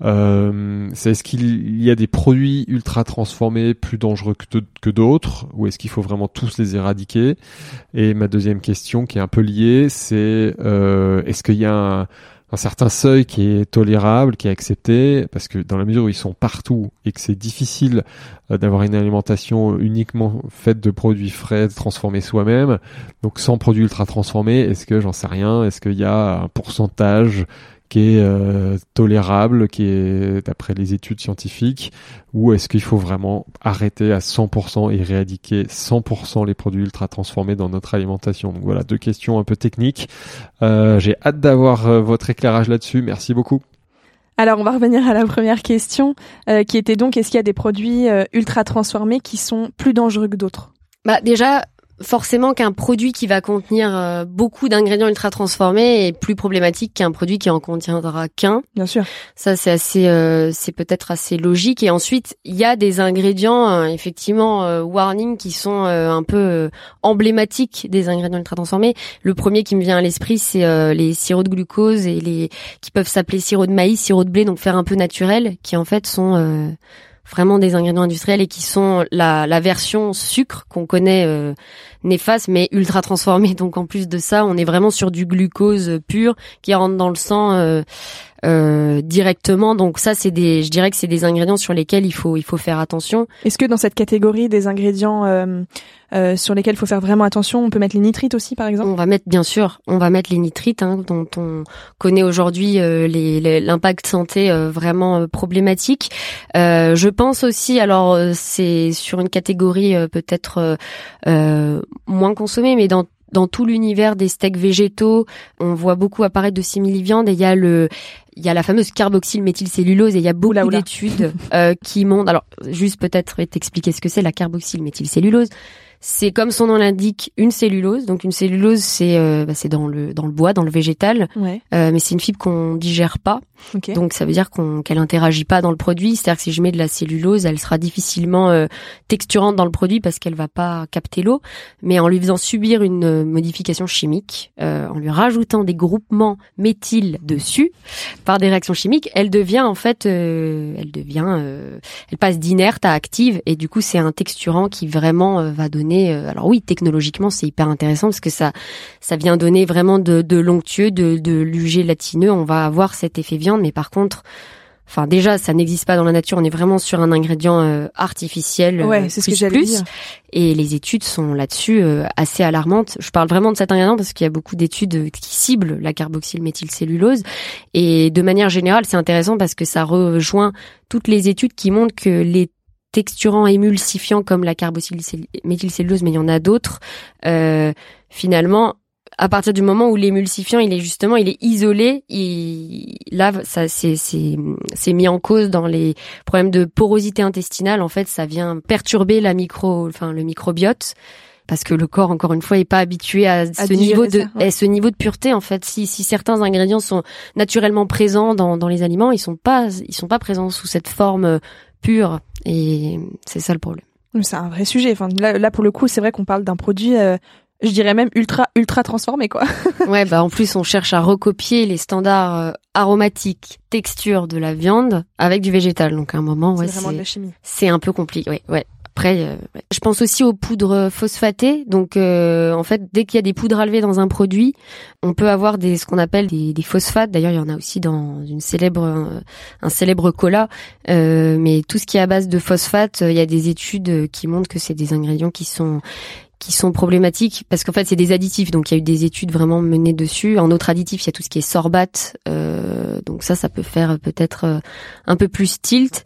Euh, c'est est-ce qu'il y a des produits ultra transformés plus dangereux que, que d'autres, ou est-ce qu'il faut vraiment tous les éradiquer? Et ma deuxième question, qui est un peu liée, c'est euh, est-ce qu'il y a un, un certain seuil qui est tolérable, qui est accepté, parce que dans la mesure où ils sont partout et que c'est difficile euh, d'avoir une alimentation uniquement faite de produits frais, transformés soi-même, donc sans produits ultra transformés, est-ce que, j'en sais rien, est-ce qu'il y a un pourcentage qui est euh, tolérable, qui est d'après les études scientifiques, ou est-ce qu'il faut vraiment arrêter à cent pour cent et éradiquer cent pour cent les produits ultra transformés dans notre alimentation? Donc voilà, deux questions un peu techniques. Euh, j'ai hâte d'avoir euh, votre éclairage là-dessus. Merci beaucoup. Alors, on va revenir à la première question, euh, qui était donc, est-ce qu'il y a des produits euh, ultra transformés qui sont plus dangereux que d'autres? Bah déjà, forcément qu'un produit qui va contenir euh, beaucoup d'ingrédients ultra transformés est plus problématique qu'un produit qui en contiendra qu'un. Bien sûr. Ça, c'est assez, euh, c'est peut-être assez logique. Et ensuite, il y a des ingrédients, euh, effectivement, euh, warning, qui sont euh, un peu euh, emblématiques des ingrédients ultra transformés. Le premier qui me vient à l'esprit, c'est euh, les sirops de glucose et les qui peuvent s'appeler sirop de maïs, sirop de blé, donc faire un peu naturel, qui en fait sont euh, vraiment des ingrédients industriels et qui sont la, la version sucre qu'on connaît euh, néfaste mais ultra transformée. Donc en plus de ça, on est vraiment sur du glucose pur qui rentre dans le sang euh, euh, directement. Donc ça, c'est des, je dirais que c'est des ingrédients sur lesquels il faut il faut faire attention. Est-ce que dans cette catégorie des ingrédients euh, euh, sur lesquels il faut faire vraiment attention, on peut mettre les nitrites aussi, par exemple? On va mettre, bien sûr, on va mettre les nitrites, hein, dont on connaît aujourd'hui euh, les, les, l'impact santé euh, vraiment euh, problématique. Euh, je pense aussi, alors euh, c'est sur une catégorie euh, peut-être euh, euh, moins consommée, mais dans dans tout l'univers des steaks végétaux, on voit beaucoup apparaître de simili-viande et il y a le il y a la fameuse carboxylméthylcellulose et il y a beaucoup oula, oula. d'études euh, qui montrent. Alors juste peut-être t'expliquer ce que c'est la carboxylméthylcellulose. C'est comme son nom l'indique, une cellulose. Donc une cellulose, c'est euh, bah, c'est dans le dans le bois, dans le végétal, ouais. euh, mais c'est une fibre qu'on digère pas. Okay. Donc ça veut dire qu'on qu'elle interagit pas dans le produit. C'est-à-dire que si je mets de la cellulose, elle sera difficilement euh, texturante dans le produit parce qu'elle va pas capter l'eau. Mais en lui faisant subir une euh, modification chimique, euh, en lui rajoutant des groupements méthyl dessus par des réactions chimiques, elle devient en fait, euh, elle devient, euh, elle passe d'inerte à active et du coup c'est un texturant qui vraiment euh, va donner. Alors oui, technologiquement, c'est hyper intéressant parce que ça, ça vient donner vraiment de, de l'onctueux, de, de l'U G latineux. On va avoir cet effet viande, mais par contre, enfin déjà, ça n'existe pas dans la nature. On est vraiment sur un ingrédient euh, artificiel. Ouais, c'est plus, ce que j'allais plus. dire. Et les études sont là-dessus euh, assez alarmantes. Je parle vraiment de cet ingrédient parce qu'il y a beaucoup d'études qui ciblent la carboxylméthylcellulose. Et de manière générale, c'est intéressant parce que ça rejoint toutes les études qui montrent que les texturants émulsifiants comme la carboxylméthylcellulose, mais il y en a d'autres, euh, finalement, à partir du moment où l'émulsifiant, il est justement, il est isolé, il, là, ça, c'est, c'est, c'est mis en cause dans les problèmes de porosité intestinale. En fait, ça vient perturber la micro, enfin, le microbiote. Parce que le corps, encore une fois, est pas habitué à, à ce niveau de, ça, ouais. à ce niveau de pureté. En fait, si, si certains ingrédients sont naturellement présents dans, dans les aliments, ils sont pas, ils sont pas présents sous cette forme pure. Et c'est ça le problème. C'est un vrai sujet. Enfin, là, là pour le coup, c'est vrai qu'on parle d'un produit, euh, je dirais même ultra, ultra transformé, quoi. Ouais, bah en plus, on cherche à recopier les standards euh, aromatiques, texture de la viande avec du végétal. Donc à un moment, ouais, c'est vraiment c'est, de la chimie. C'est un peu compliqué. Ouais, ouais. Après, euh, je pense aussi aux poudres phosphatées. Donc, euh, en fait, dès qu'il y a des poudres à lever dans un produit, on peut avoir des ce qu'on appelle des, des phosphates. D'ailleurs, il y en a aussi dans une célèbre un, un célèbre cola. Euh, mais tout ce qui est à base de phosphate, il y a des études qui montrent que c'est des ingrédients qui sont qui sont problématiques parce qu'en fait c'est des additifs, donc il y a eu des études vraiment menées dessus. En autre additif, il y a tout ce qui est sorbate, euh, donc ça ça peut faire peut-être euh, un peu plus tilt.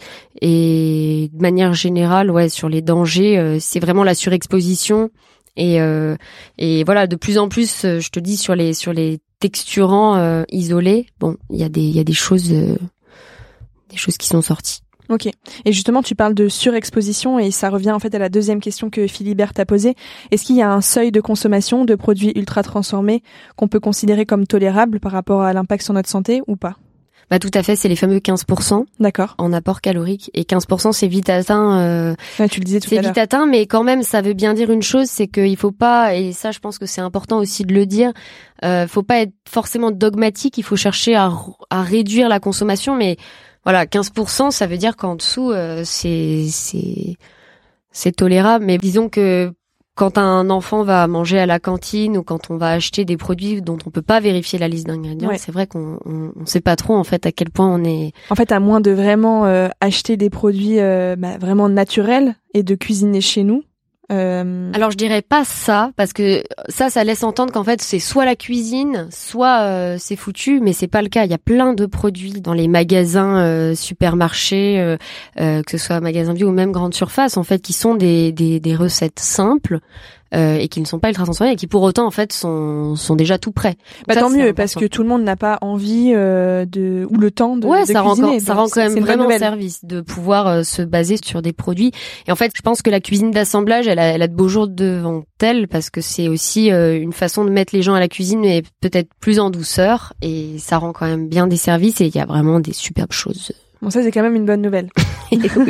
Et de manière générale, ouais, sur les dangers, euh, c'est vraiment la surexposition et euh, et voilà, de plus en plus, euh, je te dis sur les sur les texturants euh, isolés, bon, il y a des il y a des choses euh, des choses qui sont sorties. Ok. Et justement, tu parles de surexposition et ça revient en fait à la deuxième question que Philibert t'a posée. Est-ce qu'il y a un seuil de consommation de produits ultra transformés qu'on peut considérer comme tolérable par rapport à l'impact sur notre santé ou pas? Bah tout à fait, c'est les fameux quinze pour cent. D'accord. En apport calorique, et quinze pour cent c'est vite atteint. Euh, ouais, tu le disais tout à c'est l'heure. vite atteint, mais quand même ça veut bien dire une chose, c'est qu'il faut pas, et ça je pense que c'est important aussi de le dire, euh, faut pas être forcément dogmatique, il faut chercher à, à réduire la consommation, mais voilà, quinze pour cent ça veut dire qu'en dessous euh, c'est c'est c'est tolérable, mais disons que quand un enfant va manger à la cantine ou quand on va acheter des produits dont on peut pas vérifier la liste d'ingrédients, ouais. c'est vrai qu'on on, on sait pas trop en fait à quel point on est. En fait, à moins de vraiment euh, acheter des produits euh, bah, vraiment naturels et de cuisiner chez nous. Euh... Alors je dirais pas ça parce que ça, ça laisse entendre qu'en fait c'est soit la cuisine, soit euh, c'est foutu, mais c'est pas le cas. Il y a plein de produits dans les magasins, euh, supermarchés, euh, euh, que ce soit magasins bio ou même grande surface, en fait, qui sont des des, des recettes simples. Euh, et qui ne sont pas ultra transformés et qui pour autant en fait sont sont déjà tout prêts. Bah ça, tant mieux parce que tout le monde n'a pas envie euh, de ou le temps de, ouais, de ça cuisiner. Rend, ça rend quand même vraiment service de pouvoir euh, se baser sur des produits. Et en fait, je pense que la cuisine d'assemblage, elle a, elle a de beaux jours devant elle parce que c'est aussi euh, une façon de mettre les gens à la cuisine mais peut-être plus en douceur et ça rend quand même bien des services et il y a vraiment des superbes choses. Bon, ça, c'est quand même une bonne nouvelle. Oui.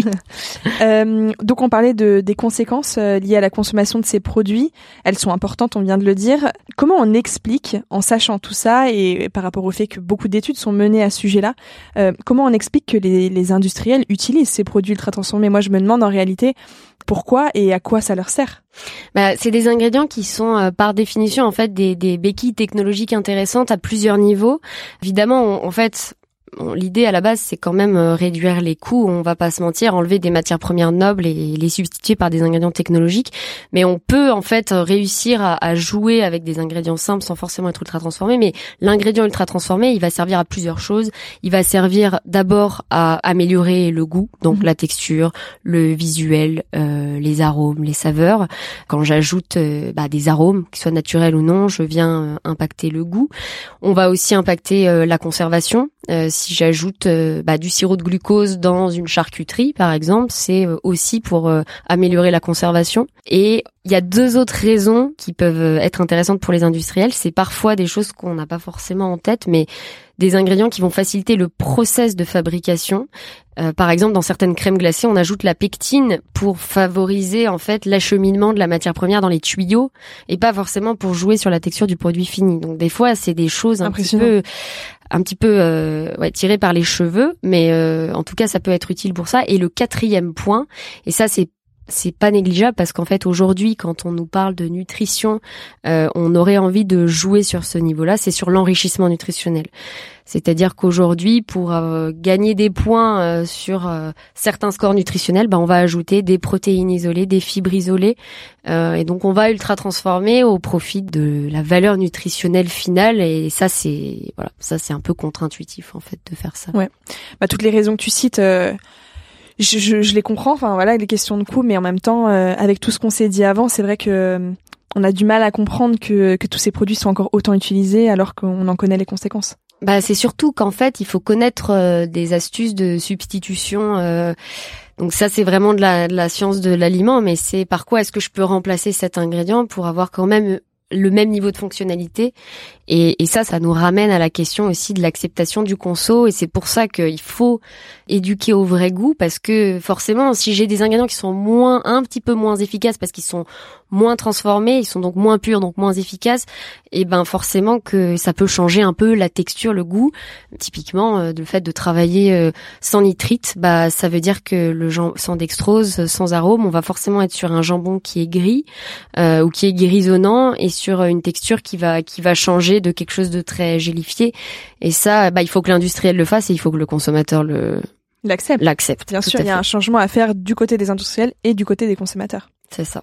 euh, donc, on parlait de, des conséquences euh, liées à la consommation de ces produits. Elles sont importantes, on vient de le dire. Comment on explique, en sachant tout ça, et, et par rapport au fait que beaucoup d'études sont menées à ce sujet-là, euh, comment on explique que les, les industriels utilisent ces produits ultra transformés? Moi, je me demande en réalité pourquoi et à quoi ça leur sert. Bah, c'est des ingrédients qui sont euh, par définition en fait des, des béquilles technologiques intéressantes à plusieurs niveaux. Évidemment, on, en fait... Bon, l'idée à la base, c'est quand même euh, réduire les coûts. On va pas se mentir, enlever des matières premières nobles et les substituer par des ingrédients technologiques. Mais on peut en fait réussir à, à jouer avec des ingrédients simples sans forcément être ultra transformés. Mais l'ingrédient ultra transformé, il va servir à plusieurs choses. Il va servir d'abord à améliorer le goût, donc mmh. la texture, le visuel, euh, les arômes, les saveurs. Quand j'ajoute euh, bah, des arômes, qu'ils soient naturels ou non, je viens euh, impacter le goût. On va aussi impacter euh, la conservation. Euh, si j'ajoute euh, bah, du sirop de glucose dans une charcuterie, par exemple, c'est euh, aussi pour euh, améliorer la conservation. Et il y a deux autres raisons qui peuvent être intéressantes pour les industriels. C'est parfois des choses qu'on n'a pas forcément en tête, mais des ingrédients qui vont faciliter le process de fabrication. Euh, par exemple, dans certaines crèmes glacées, on ajoute la pectine pour favoriser en fait l'acheminement de la matière première dans les tuyaux et pas forcément pour jouer sur la texture du produit fini. Donc des fois, c'est des choses un petit peu un petit peu euh, ouais, tirées par les cheveux, mais euh, en tout cas, ça peut être utile pour ça. Et le quatrième point, et ça c'est c'est pas négligeable parce qu'en fait aujourd'hui quand on nous parle de nutrition, euh, on aurait envie de jouer sur ce niveau-là, c'est sur l'enrichissement nutritionnel. C'est-à-dire qu'aujourd'hui pour euh, gagner des points euh, sur euh, certains scores nutritionnels, bah on va ajouter des protéines isolées, des fibres isolées euh, et donc on va ultra transformer au profit de la valeur nutritionnelle finale et ça c'est voilà, ça c'est un peu contre-intuitif en fait de faire ça. Ouais. Bah toutes les raisons que tu cites euh... Je, je, je les comprends, enfin voilà, les questions de coût, mais en même temps, euh, avec tout ce qu'on s'est dit avant, c'est vrai que euh, on a du mal à comprendre que, que tous ces produits sont encore autant utilisés alors qu'on en connaît les conséquences. Bah c'est surtout qu'en fait, il faut connaître euh, des astuces de substitution. Euh, donc ça, c'est vraiment de la, de la science de l'aliment, mais c'est par quoi est-ce que je peux remplacer cet ingrédient pour avoir quand même le même niveau de fonctionnalité et, et ça, ça nous ramène à la question aussi de l'acceptation du conso et c'est pour ça qu'il faut éduquer au vrai goût parce que forcément, si j'ai des ingrédients qui sont moins, un petit peu moins efficaces parce qu'ils sont moins transformés, ils sont donc moins purs, donc moins efficaces, et ben forcément que ça peut changer un peu la texture, le goût. Typiquement, euh, le fait de travailler euh, sans nitrite, bah ça veut dire que le jambon sans dextrose, sans arôme, on va forcément être sur un jambon qui est gris euh, ou qui est grisonnant et sur une texture qui va qui va changer de quelque chose de très gélifié. Et ça, bah il faut que l'industriel le fasse et il faut que le consommateur le l'accepte. L'accepte. Bien sûr, il y a un changement à faire du côté des industriels et du côté des consommateurs. C'est ça.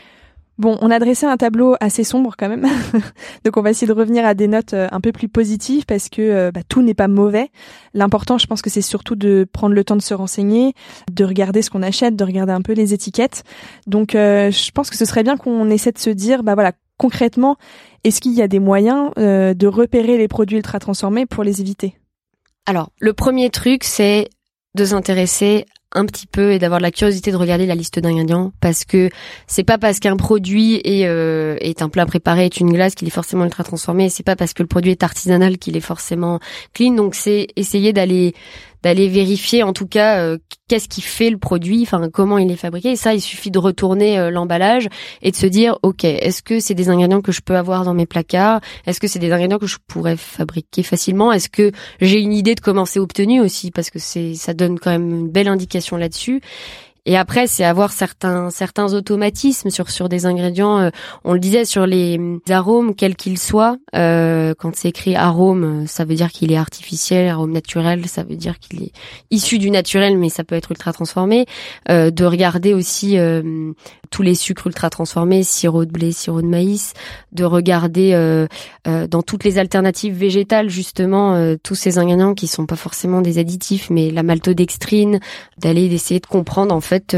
Bon, on a dressé un tableau assez sombre quand même, donc on va essayer de revenir à des notes un peu plus positives parce que bah, tout n'est pas mauvais. L'important, je pense que c'est surtout de prendre le temps de se renseigner, de regarder ce qu'on achète, de regarder un peu les étiquettes. Donc euh, je pense que ce serait bien qu'on essaie de se dire, bah voilà, concrètement, est-ce qu'il y a des moyens euh, de repérer les produits ultra transformés pour les éviter ? Alors, le premier truc, c'est de s'intéresser un petit peu et d'avoir de la curiosité de regarder la liste d'ingrédients, parce que c'est pas parce qu'un produit est euh, est un plat préparé, est une glace qu'il est forcément ultra transformé, c'est pas parce que le produit est artisanal qu'il est forcément clean. Donc c'est essayer d'aller d'aller vérifier en tout cas euh, qu'est-ce qui fait le produit, enfin comment il est fabriqué. Et ça, il suffit de retourner euh, l'emballage et de se dire ok, est-ce que c'est des ingrédients que je peux avoir dans mes placards, est-ce que c'est des ingrédients que je pourrais fabriquer facilement, est-ce que j'ai une idée de comment c'est obtenu aussi, parce que c'est ça donne quand même une belle indication là-dessus. Et après, c'est avoir certains certains automatismes sur sur des ingrédients. Euh, on le disait sur les, les arômes, quels qu'ils soient. Euh, quand c'est écrit arôme, ça veut dire qu'il est artificiel. Arôme naturel, ça veut dire qu'il est issu du naturel, mais ça peut être ultra transformé. Euh, de regarder aussi euh, tous les sucres ultra transformés, sirop de blé, sirop de maïs. De regarder euh, euh, dans toutes les alternatives végétales justement euh, tous ces ingrédients qui sont pas forcément des additifs, mais la maltodextrine. D'aller d'essayer de comprendre en fait. En fait,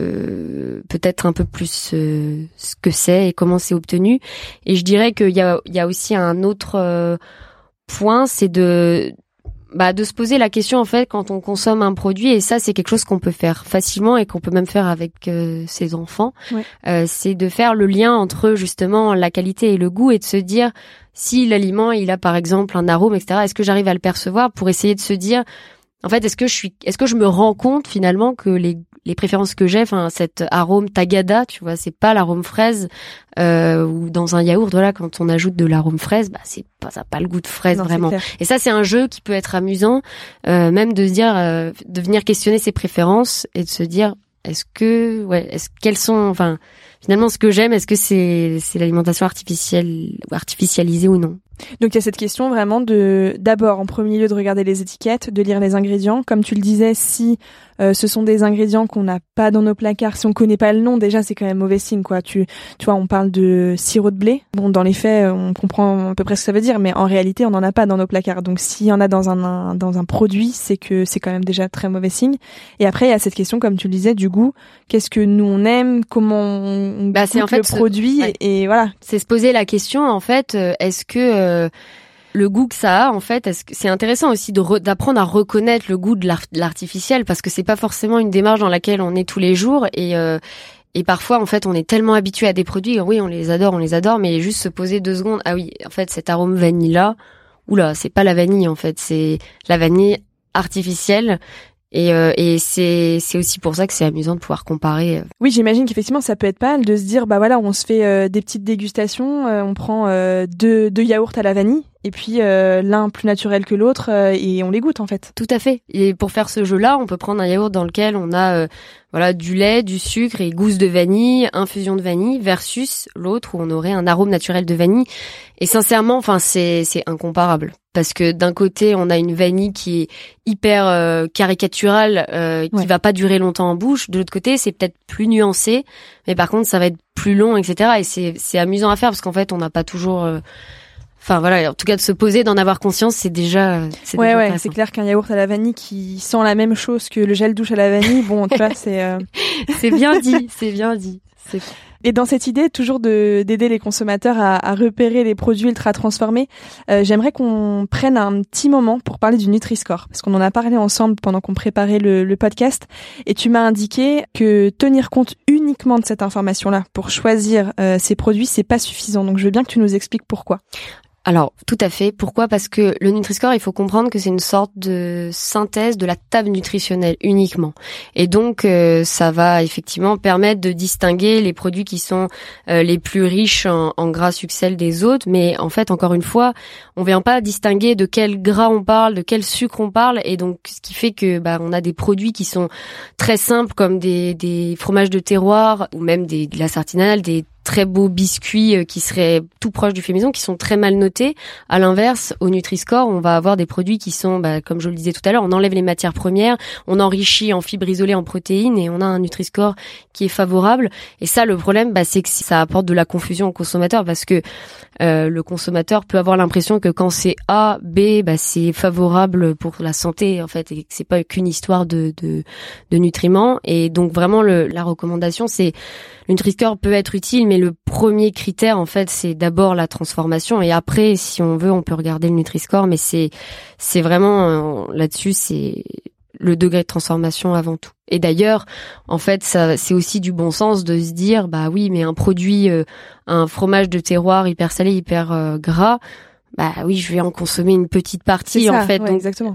euh, peut-être un peu plus euh, ce que c'est et comment c'est obtenu. Et je dirais qu'il y a, il y a aussi un autre euh, point, c'est de, bah, de se poser la question en fait quand on consomme un produit. Et ça, c'est quelque chose qu'on peut faire facilement et qu'on peut même faire avec euh, ses enfants. Ouais. Euh, c'est de faire le lien entre justement la qualité et le goût et de se dire si l'aliment il a par exemple un arôme, et cetera. Est-ce que j'arrive à le percevoir pour essayer de se dire en fait, est-ce que je suis, est-ce que je me rends compte finalement que les les préférences que j'ai, enfin cet arôme tagada, tu vois, c'est pas l'arôme fraise euh, ou dans un yaourt, voilà, quand on ajoute de l'arôme fraise, bah c'est pas ça a pas le goût de fraise non, vraiment. Et ça c'est un jeu qui peut être amusant, euh, même de se dire, euh, de venir questionner ses préférences et de se dire, est-ce que, ouais, est-ce quelles sont, enfin finalement ce que j'aime, est-ce que c'est c'est l'alimentation artificielle ou artificialisée ou non? Donc il y a cette question vraiment de d'abord en premier lieu de regarder les étiquettes, de lire les ingrédients. Comme tu le disais, si euh, ce sont des ingrédients qu'on n'a pas dans nos placards, si on connaît pas le nom, déjà c'est quand même mauvais signe quoi. Tu tu vois, on parle de sirop de blé. Bon, dans les faits, on comprend à peu près ce que ça veut dire, mais en réalité, on n'en a pas dans nos placards. Donc s'il y en a dans un, un dans un produit, c'est que c'est quand même déjà très mauvais signe. Et après il y a cette question, comme tu le disais, du goût. Qu'est-ce que nous on aime, comment on bah, c'est goûte en fait le ce... produit ouais. et, et voilà. C'est se poser la question en fait, euh, est-ce que euh, le goût que ça a, en fait, est-ce que c'est intéressant aussi de re, d'apprendre à reconnaître le goût de, l'art, de l'artificiel, parce que c'est pas forcément une démarche dans laquelle on est tous les jours et euh, et parfois en fait on est tellement habitué à des produits, oui on les adore, on les adore, mais juste se poser deux secondes, ah oui en fait cet arôme vanille là, oula c'est pas la vanille en fait, c'est la vanille artificielle. Et, euh, et c'est c'est aussi pour ça que c'est amusant de pouvoir comparer. Oui, j'imagine qu'effectivement ça peut être pas mal de se dire bah voilà on se fait euh, des petites dégustations, euh, on prend euh, deux deux yaourts à la vanille et puis euh, l'un plus naturel que l'autre euh, et on les goûte en fait. Tout à fait. Et pour faire ce jeu-là, on peut prendre un yaourt dans lequel on a euh, voilà du lait, du sucre et gousse de vanille, infusion de vanille, versus l'autre où on aurait un arôme naturel de vanille. Et sincèrement, enfin c'est c'est incomparable. Parce que d'un côté, on a une vanille qui est hyper euh, caricaturale, euh, qui ouais. va pas durer longtemps en bouche. De l'autre côté, c'est peut-être plus nuancé, mais par contre, ça va être plus long, et cetera. Et c'est c'est amusant à faire parce qu'en fait, on n'a pas toujours. Euh... Enfin voilà, en tout cas de se poser, d'en avoir conscience, c'est déjà. C'est ouais déjà ouais, c'est clair qu'un yaourt à la vanille qui sent la même chose que le gel douche à la vanille, bon, tu vois, c'est. Euh... c'est bien dit, c'est bien dit. C'est... Et dans cette idée toujours de d'aider les consommateurs à, à repérer les produits ultra transformés, euh, j'aimerais qu'on prenne un petit moment pour parler du Nutri-Score, parce qu'on en a parlé ensemble pendant qu'on préparait le, le podcast, et tu m'as indiqué que tenir compte uniquement de cette information-là pour choisir euh, ces produits, c'est pas suffisant. Donc je veux bien que tu nous expliques pourquoi. Alors, tout à fait. Pourquoi ? Parce que le Nutri-Score, il faut comprendre que c'est une sorte de synthèse de la table nutritionnelle uniquement. Et donc, euh, ça va effectivement permettre de distinguer les produits qui sont euh, les plus riches en, en gras succel des autres. Mais en fait, encore une fois, on vient pas distinguer de quel gras on parle, de quel sucre on parle. Et donc, ce qui fait que bah on a des produits qui sont très simples, comme des, des fromages de terroir ou même des glaces artisanales, des très beaux biscuits qui seraient tout proches du fait maison, qui sont très mal notés. À l'inverse, au Nutri-Score, on va avoir des produits qui sont, bah, comme je le disais tout à l'heure, on enlève les matières premières, on enrichit en fibres isolées, en protéines, et on a un Nutri-Score qui est favorable. Et ça, le problème, bah, c'est que ça apporte de la confusion au consommateur, parce que euh, le consommateur peut avoir l'impression que quand c'est A, B, bah, c'est favorable pour la santé, en fait, et que c'est pas qu'une histoire de, de, de nutriments. Et donc, vraiment, le, la recommandation, c'est le Nutri-Score peut être utile, mais le premier critère, en fait, c'est d'abord la transformation. Et après, si on veut, on peut regarder le Nutri-Score, mais c'est, c'est vraiment, euh, là-dessus, c'est le degré de transformation avant tout. Et d'ailleurs, en fait, ça, c'est aussi du bon sens de se dire, bah oui, mais un produit, euh, un fromage de terroir hyper salé, hyper euh, gras, bah oui, je vais en consommer une petite partie, ça, en fait. ouais, Donc, exactement.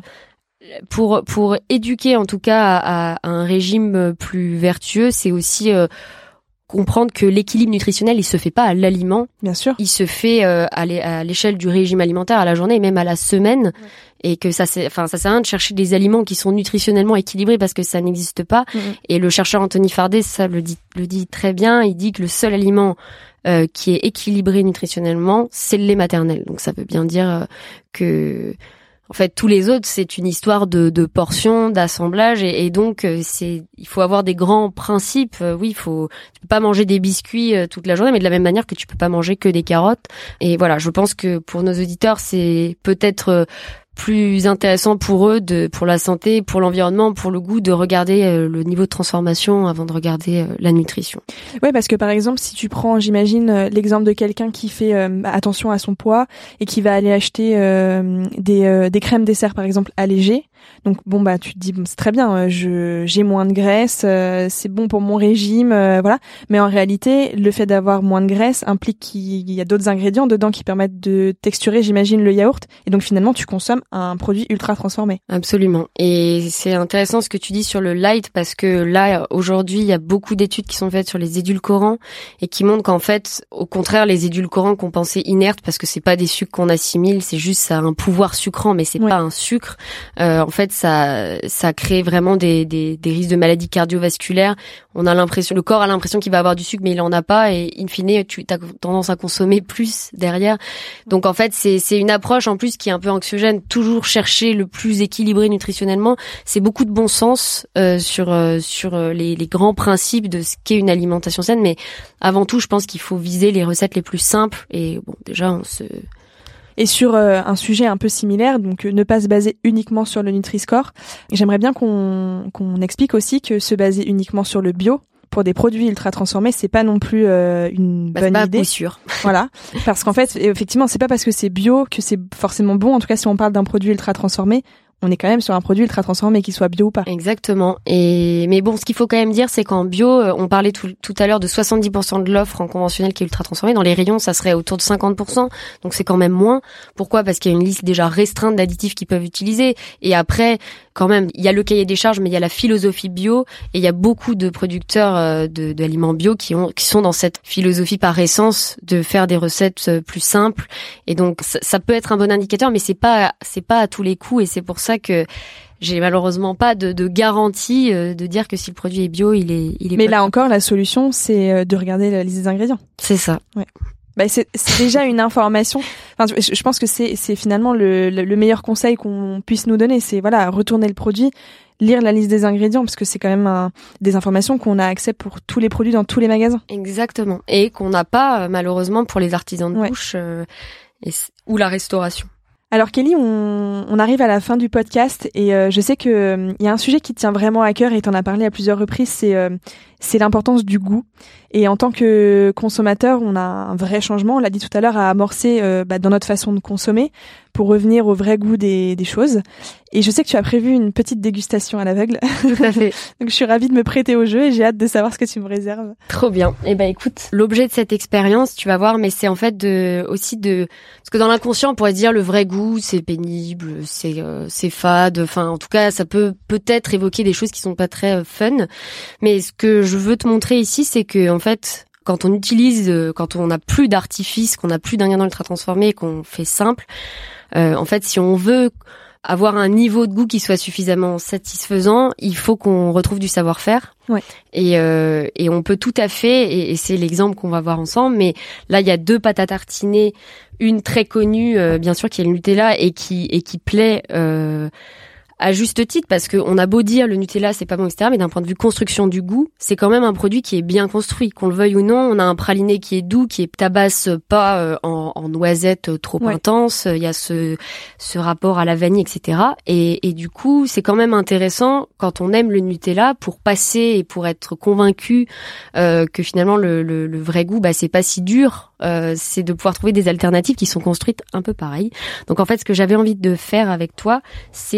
Pour pour éduquer en tout cas à, à un régime plus vertueux, c'est aussi euh, comprendre que l'équilibre nutritionnel, il se fait pas à l'aliment. Bien sûr. Il se fait euh, à l'échelle du régime alimentaire, à la journée et même à la semaine. Ouais. Et que ça, c'est, enfin, ça sert à rien de chercher des aliments qui sont nutritionnellement équilibrés parce que ça n'existe pas. Mmh. Et le chercheur Anthony Fardet, ça le dit, le dit très bien. Il dit que le seul aliment euh, qui est équilibré nutritionnellement, c'est le lait maternel. Donc ça veut bien dire euh, que en fait, tous les autres, c'est une histoire de, de portions, d'assemblage, et, et donc c'est, il faut avoir des grands principes. Oui, il faut, tu peux pas manger des biscuits toute la journée, mais de la même manière que tu peux pas manger que des carottes. Et voilà, je pense que pour nos auditeurs, c'est peut-être plus intéressant pour eux, de, pour la santé, pour l'environnement, pour le goût, de regarder euh, le niveau de transformation avant de regarder euh, la nutrition. Ouais, parce que par exemple, si tu prends, j'imagine, euh, l'exemple de quelqu'un qui fait euh, attention à son poids et qui va aller acheter euh, des, euh, des crèmes dessert, par exemple, allégées. Donc bon, bah tu te dis, bon, c'est très bien, euh, je j'ai moins de graisse, euh, c'est bon pour mon régime, euh, voilà. Mais en réalité, le fait d'avoir moins de graisse implique qu'il y a d'autres ingrédients dedans qui permettent de texturer, j'imagine, le yaourt. Et donc finalement, tu consommes un produit ultra transformé. Absolument. Et c'est intéressant ce que tu dis sur le light, parce que là, aujourd'hui, il y a beaucoup d'études qui sont faites sur les édulcorants et qui montrent qu'en fait, au contraire, les édulcorants qu'on pensait inertes, parce que c'est pas des sucres qu'on assimile, c'est juste ça a un pouvoir sucrant, mais c'est ouais. pas un sucre. Euh, en fait, ça, ça crée vraiment des, des, des risques de maladies cardiovasculaires. On a l'impression, le corps a l'impression qu'il va avoir du sucre, mais il en a pas, et in fine, tu as tendance à consommer plus derrière. Donc en fait, c'est, c'est une approche en plus qui est un peu anxiogène. Toujours chercher le plus équilibré nutritionnellement, c'est beaucoup de bon sens euh, sur euh, sur euh, les, les grands principes de ce qu'est une alimentation saine. Mais avant tout, je pense qu'il faut viser les recettes les plus simples. Et bon, déjà, on se Et sur euh, un sujet un peu similaire, donc euh, ne pas se baser uniquement sur le Nutri-Score, j'aimerais bien qu'on qu'on explique aussi que se baser uniquement sur le bio pour des produits ultra transformés, c'est pas non plus euh, une bah, bonne c'est pas idée. Sûr. Voilà, parce qu'en fait, effectivement, c'est pas parce que c'est bio que c'est forcément bon. En tout cas, si on parle d'un produit ultra transformé, on est quand même sur un produit ultra transformé, qu'il soit bio ou pas. Exactement. Et mais bon, ce qu'il faut quand même dire, c'est qu'en bio, on parlait tout, tout à l'heure de soixante-dix pour cent de l'offre en conventionnel qui est ultra transformée. Dans les rayons, ça serait autour de cinquante pour cent. Donc c'est quand même moins. Pourquoi ? Parce qu'il y a une liste déjà restreinte d'additifs qu'ils peuvent utiliser. Et après, quand même, il y a le cahier des charges, mais il y a la philosophie bio. Et il y a beaucoup de producteurs de, d'aliments bio qui ont, qui sont dans cette philosophie par essence de faire des recettes plus simples. Et donc ça, ça peut être un bon indicateur, mais c'est pas, c'est pas à tous les coups. Et c'est pour ça que j'ai malheureusement pas de, de garantie euh, de dire que si le produit est bio, il est, il est. Mais pas là bio. Encore, la solution, c'est de regarder la liste des ingrédients. C'est ça. Ouais. Bah c'est, c'est déjà une information. Enfin, je, je pense que c'est, c'est finalement le, le, le meilleur conseil qu'on puisse nous donner. C'est voilà, retourner le produit, lire la liste des ingrédients, parce que c'est quand même un, des informations qu'on a accès pour tous les produits dans tous les magasins. Exactement. Et qu'on n'a pas euh, malheureusement pour les artisans de ouais. bouche euh, et, ou la restauration. Alors Kelly, on, on arrive à la fin du podcast et euh, je sais que euh, y a un sujet qui te tient vraiment à cœur et t'en as parlé à plusieurs reprises, c'est euh, c'est l'importance du goût. Et en tant que consommateur, on a un vrai changement, on l'a dit tout à l'heure, à amorcer euh, bah, dans notre façon de consommer pour revenir au vrai goût des, des choses. Et je sais que tu as prévu une petite dégustation à l'aveugle. Tout à fait. Donc je suis ravie de me prêter au jeu et j'ai hâte de savoir ce que tu me réserves. Trop bien. Eh ben écoute, l'objet de cette expérience, tu vas voir, mais c'est en fait de aussi de parce que dans l'inconscient, on pourrait dire le vrai goût, c'est pénible, c'est euh, c'est fade. Enfin, en tout cas, ça peut peut-être évoquer des choses qui sont pas très euh, fun. Mais ce que je veux te montrer ici, c'est que en fait, quand on utilise, euh, quand on n'a plus d'artifice, qu'on n'a plus d'ingrédients ultra transformés, qu'on fait simple, euh, en fait, si on veut avoir un niveau de goût qui soit suffisamment satisfaisant, il faut qu'on retrouve du savoir-faire. Ouais. Et, euh, et on peut tout à fait, et, et c'est l'exemple qu'on va voir ensemble, mais là, il y a deux pâtes à tartiner, une très connue, euh, bien sûr, qui est le Nutella, et qui, et qui plaît euh, à juste titre, parce que on a beau dire le Nutella c'est pas bon, et cetera, mais d'un point de vue construction du goût, c'est quand même un produit qui est bien construit, qu'on le veuille ou non. On a un praliné qui est doux, qui est tabasse pas euh, en, en noisette trop ouais. intense. Il y a ce ce rapport à la vanille, et cetera. Et, et du coup, c'est quand même intéressant quand on aime le Nutella pour passer et pour être convaincu euh, que finalement le, le, le vrai goût, bah c'est pas si dur. Euh, c'est de pouvoir trouver des alternatives qui sont construites un peu pareil. Donc en fait, ce que j'avais envie de faire avec toi, c'est euh, te faire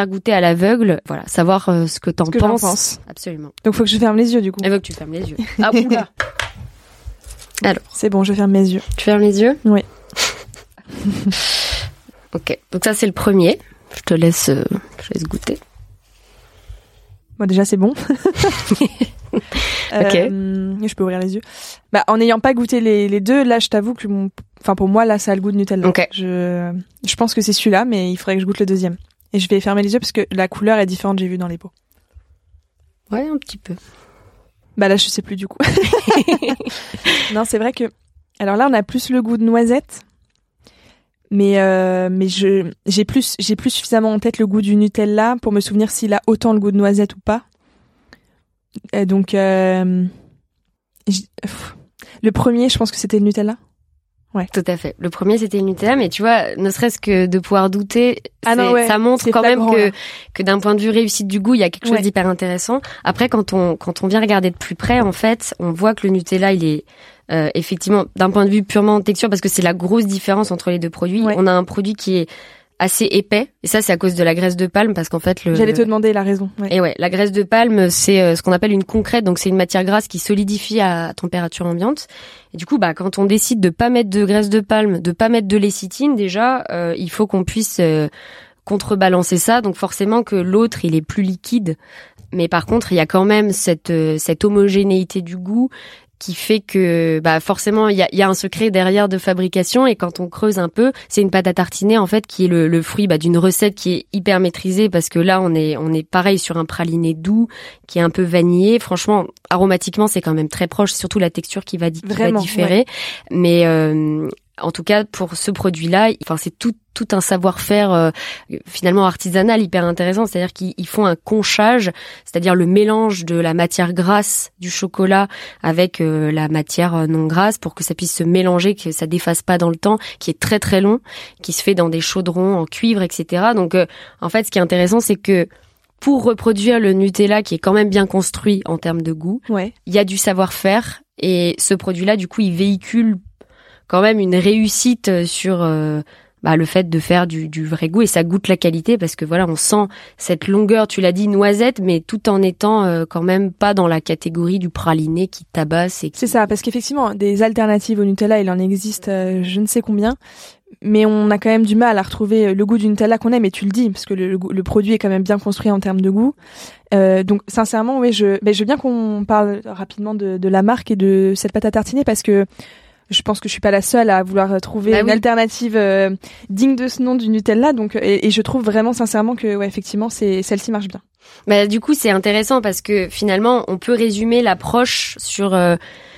faire goûter à l'aveugle. Voilà, savoir euh, ce que t'en ce que penses. j'en pense. Absolument. Donc faut que je ferme les yeux du coup. Il faut que tu fermes les yeux. Ah oula. Alors, c'est bon, je ferme mes yeux. Tu fermes les yeux ? Oui. Ok, donc ça c'est le premier. Je te laisse, euh, je laisse goûter. Bon, déjà c'est bon. Ok. Euh, je peux ouvrir les yeux. Bah, en n'ayant pas goûté les, les deux, là, je t'avoue que mon, enfin, pour moi, là, ça a le goût de Nutella. Ok. Je, je pense que c'est celui-là, mais il faudrait que je goûte le deuxième. Et je vais fermer les yeux parce que la couleur est différente, j'ai vu dans les pots. Ouais, un petit peu. Bah là, je sais plus du coup. Non, c'est vrai que, alors là, on a plus le goût de noisette. Mais euh, mais je j'ai plus j'ai plus suffisamment en tête le goût du Nutella pour me souvenir s'il a autant le goût de noisette ou pas. Et donc euh, le premier, je pense que c'était le Nutella. Ouais. Tout à fait. Le premier c'était le Nutella, mais tu vois, ne serait-ce que de pouvoir douter, ah non, ouais, ça montre quand flagrant, même que là. que d'un point de vue réussite du goût, il y a quelque chose Ouais. d'hyper intéressant. Après, quand on quand on vient regarder de plus près, en fait, on voit que le Nutella, il est Euh, effectivement, d'un point de vue purement texture, parce que c'est la grosse différence entre les deux produits, Ouais. on a un produit qui est assez épais, et ça c'est à cause de la graisse de palme, parce qu'en fait le... J'allais te demander la raison. Ouais. Et ouais, la graisse de palme, c'est euh, ce qu'on appelle une concrète, donc c'est une matière grasse qui solidifie à température ambiante. Et du coup, bah quand on décide de pas mettre de graisse de palme, de pas mettre de lécithine, déjà, euh, il faut qu'on puisse euh, contrebalancer ça, donc forcément que l'autre il est plus liquide, mais par contre il y a quand même cette euh, cette homogénéité du goût qui fait que bah forcément il y a, y a un secret derrière de fabrication, et quand on creuse un peu, c'est une pâte à tartiner en fait qui est le, le fruit bah, d'une recette qui est hyper maîtrisée, parce que là on est on est pareil sur un praliné doux qui est un peu vanillé. Franchement, aromatiquement c'est quand même très proche, surtout la texture qui va, di- qui va Vraiment, différer. ouais. Mais euh, en tout cas pour ce produit-là, enfin c'est tout tout un savoir-faire euh, finalement artisanal hyper intéressant, c'est-à-dire qu'ils ils font un conchage, c'est-à-dire le mélange de la matière grasse du chocolat avec euh, la matière non grasse pour que ça puisse se mélanger, que ça défasse pas dans le temps, qui est très très long, qui se fait dans des chaudrons en cuivre, et cetera. Donc euh, en fait, ce qui est intéressant, c'est que pour reproduire le Nutella qui est quand même bien construit en termes de goût, Ouais. il y a du savoir-faire, et ce produit-là, du coup, il véhicule quand même une réussite sur euh, bah, le fait de faire du, du vrai goût, et ça goûte la qualité, parce que voilà, on sent cette longueur, tu l'as dit, noisette, mais tout en étant euh, quand même pas dans la catégorie du praliné qui tabasse. Et qui... C'est ça, parce qu'effectivement, des alternatives au Nutella, il en existe euh, je ne sais combien, mais on a quand même du mal à retrouver le goût du Nutella qu'on aime, et tu le dis, parce que le, le, le produit est quand même bien construit en termes de goût. Euh, donc sincèrement, oui, je, ben, je veux bien qu'on parle rapidement de, de la marque et de cette pâte à tartiner, parce que je pense que je suis pas la seule à vouloir trouver bah une oui. alternative euh, digne de ce nom du Nutella. Donc, et, et je trouve vraiment sincèrement que, ouais, effectivement, c'est celle-ci marche bien. Bah, du coup, c'est intéressant parce que finalement, on peut résumer l'approche sur euh,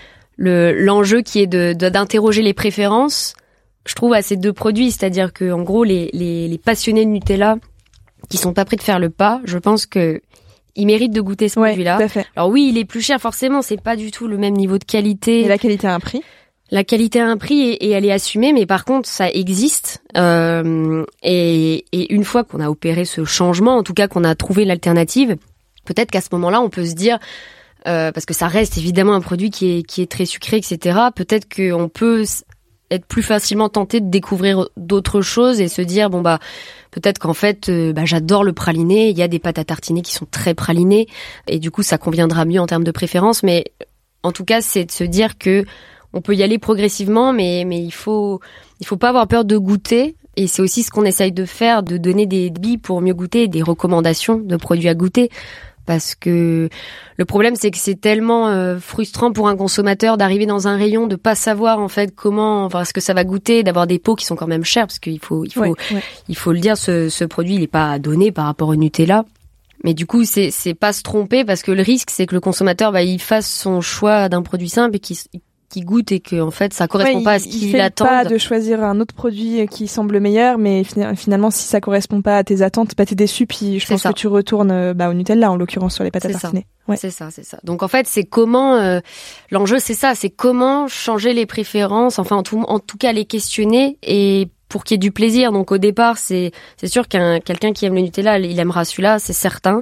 le l'enjeu qui est de, de d'interroger les préférences. Je trouve à ces deux produits, c'est-à-dire que en gros, les les, les passionnés de Nutella qui sont pas prêts de faire le pas, je pense que ils méritent de goûter ce Ouais, produit-là. tout à fait. Alors oui, il est plus cher forcément, c'est pas du tout le même niveau de qualité. Et la qualité a un prix. La qualité a un prix et, et elle est assumée, mais par contre, ça existe. Euh, et, et une fois qu'on a opéré ce changement, en tout cas qu'on a trouvé l'alternative, peut-être qu'à ce moment-là, on peut se dire, euh, parce que ça reste évidemment un produit qui est, qui est très sucré, et cetera, peut-être qu'on peut être plus facilement tenté de découvrir d'autres choses et se dire, bon bah, peut-être qu'en fait, euh, bah, j'adore le praliné, il y a des pâtes à tartiner qui sont très pralinées, et du coup, ça conviendra mieux en termes de préférence, mais en tout cas, c'est de se dire que on peut y aller progressivement, mais mais il faut il faut pas avoir peur de goûter, et c'est aussi ce qu'on essaye de faire, de donner des billes pour mieux goûter, des recommandations de produits à goûter, parce que le problème c'est que c'est tellement euh, frustrant pour un consommateur d'arriver dans un rayon, de pas savoir en fait comment, enfin ce que ça va goûter, d'avoir des pots qui sont quand même chers, parce qu'il faut il faut Ouais, ouais. il faut le dire, ce ce produit il est pas donné par rapport au Nutella. Mais du coup, c'est c'est pas se tromper, parce que le risque c'est que le consommateur bah il fasse son choix d'un produit simple et qui qui goûte et que en fait ça correspond Ouais, pas à il- ce il qu'il fait attend. pas de choisir un autre produit qui semble meilleur, mais fina- finalement si ça correspond pas à tes attentes, bah t'es déçu, puis je C'est pense ça. que tu retournes euh, bah au Nutella en l'occurrence sur les pâtes à C'est ça. tartiner. Ouais. C'est ça, c'est ça. Donc en fait, c'est comment euh, l'enjeu, c'est ça, c'est comment changer les préférences, enfin en tout en tout cas les questionner, et pour qu'il y ait du plaisir. Donc au départ, c'est c'est sûr qu'un quelqu'un qui aime le Nutella, il aimera celui-là, c'est certain.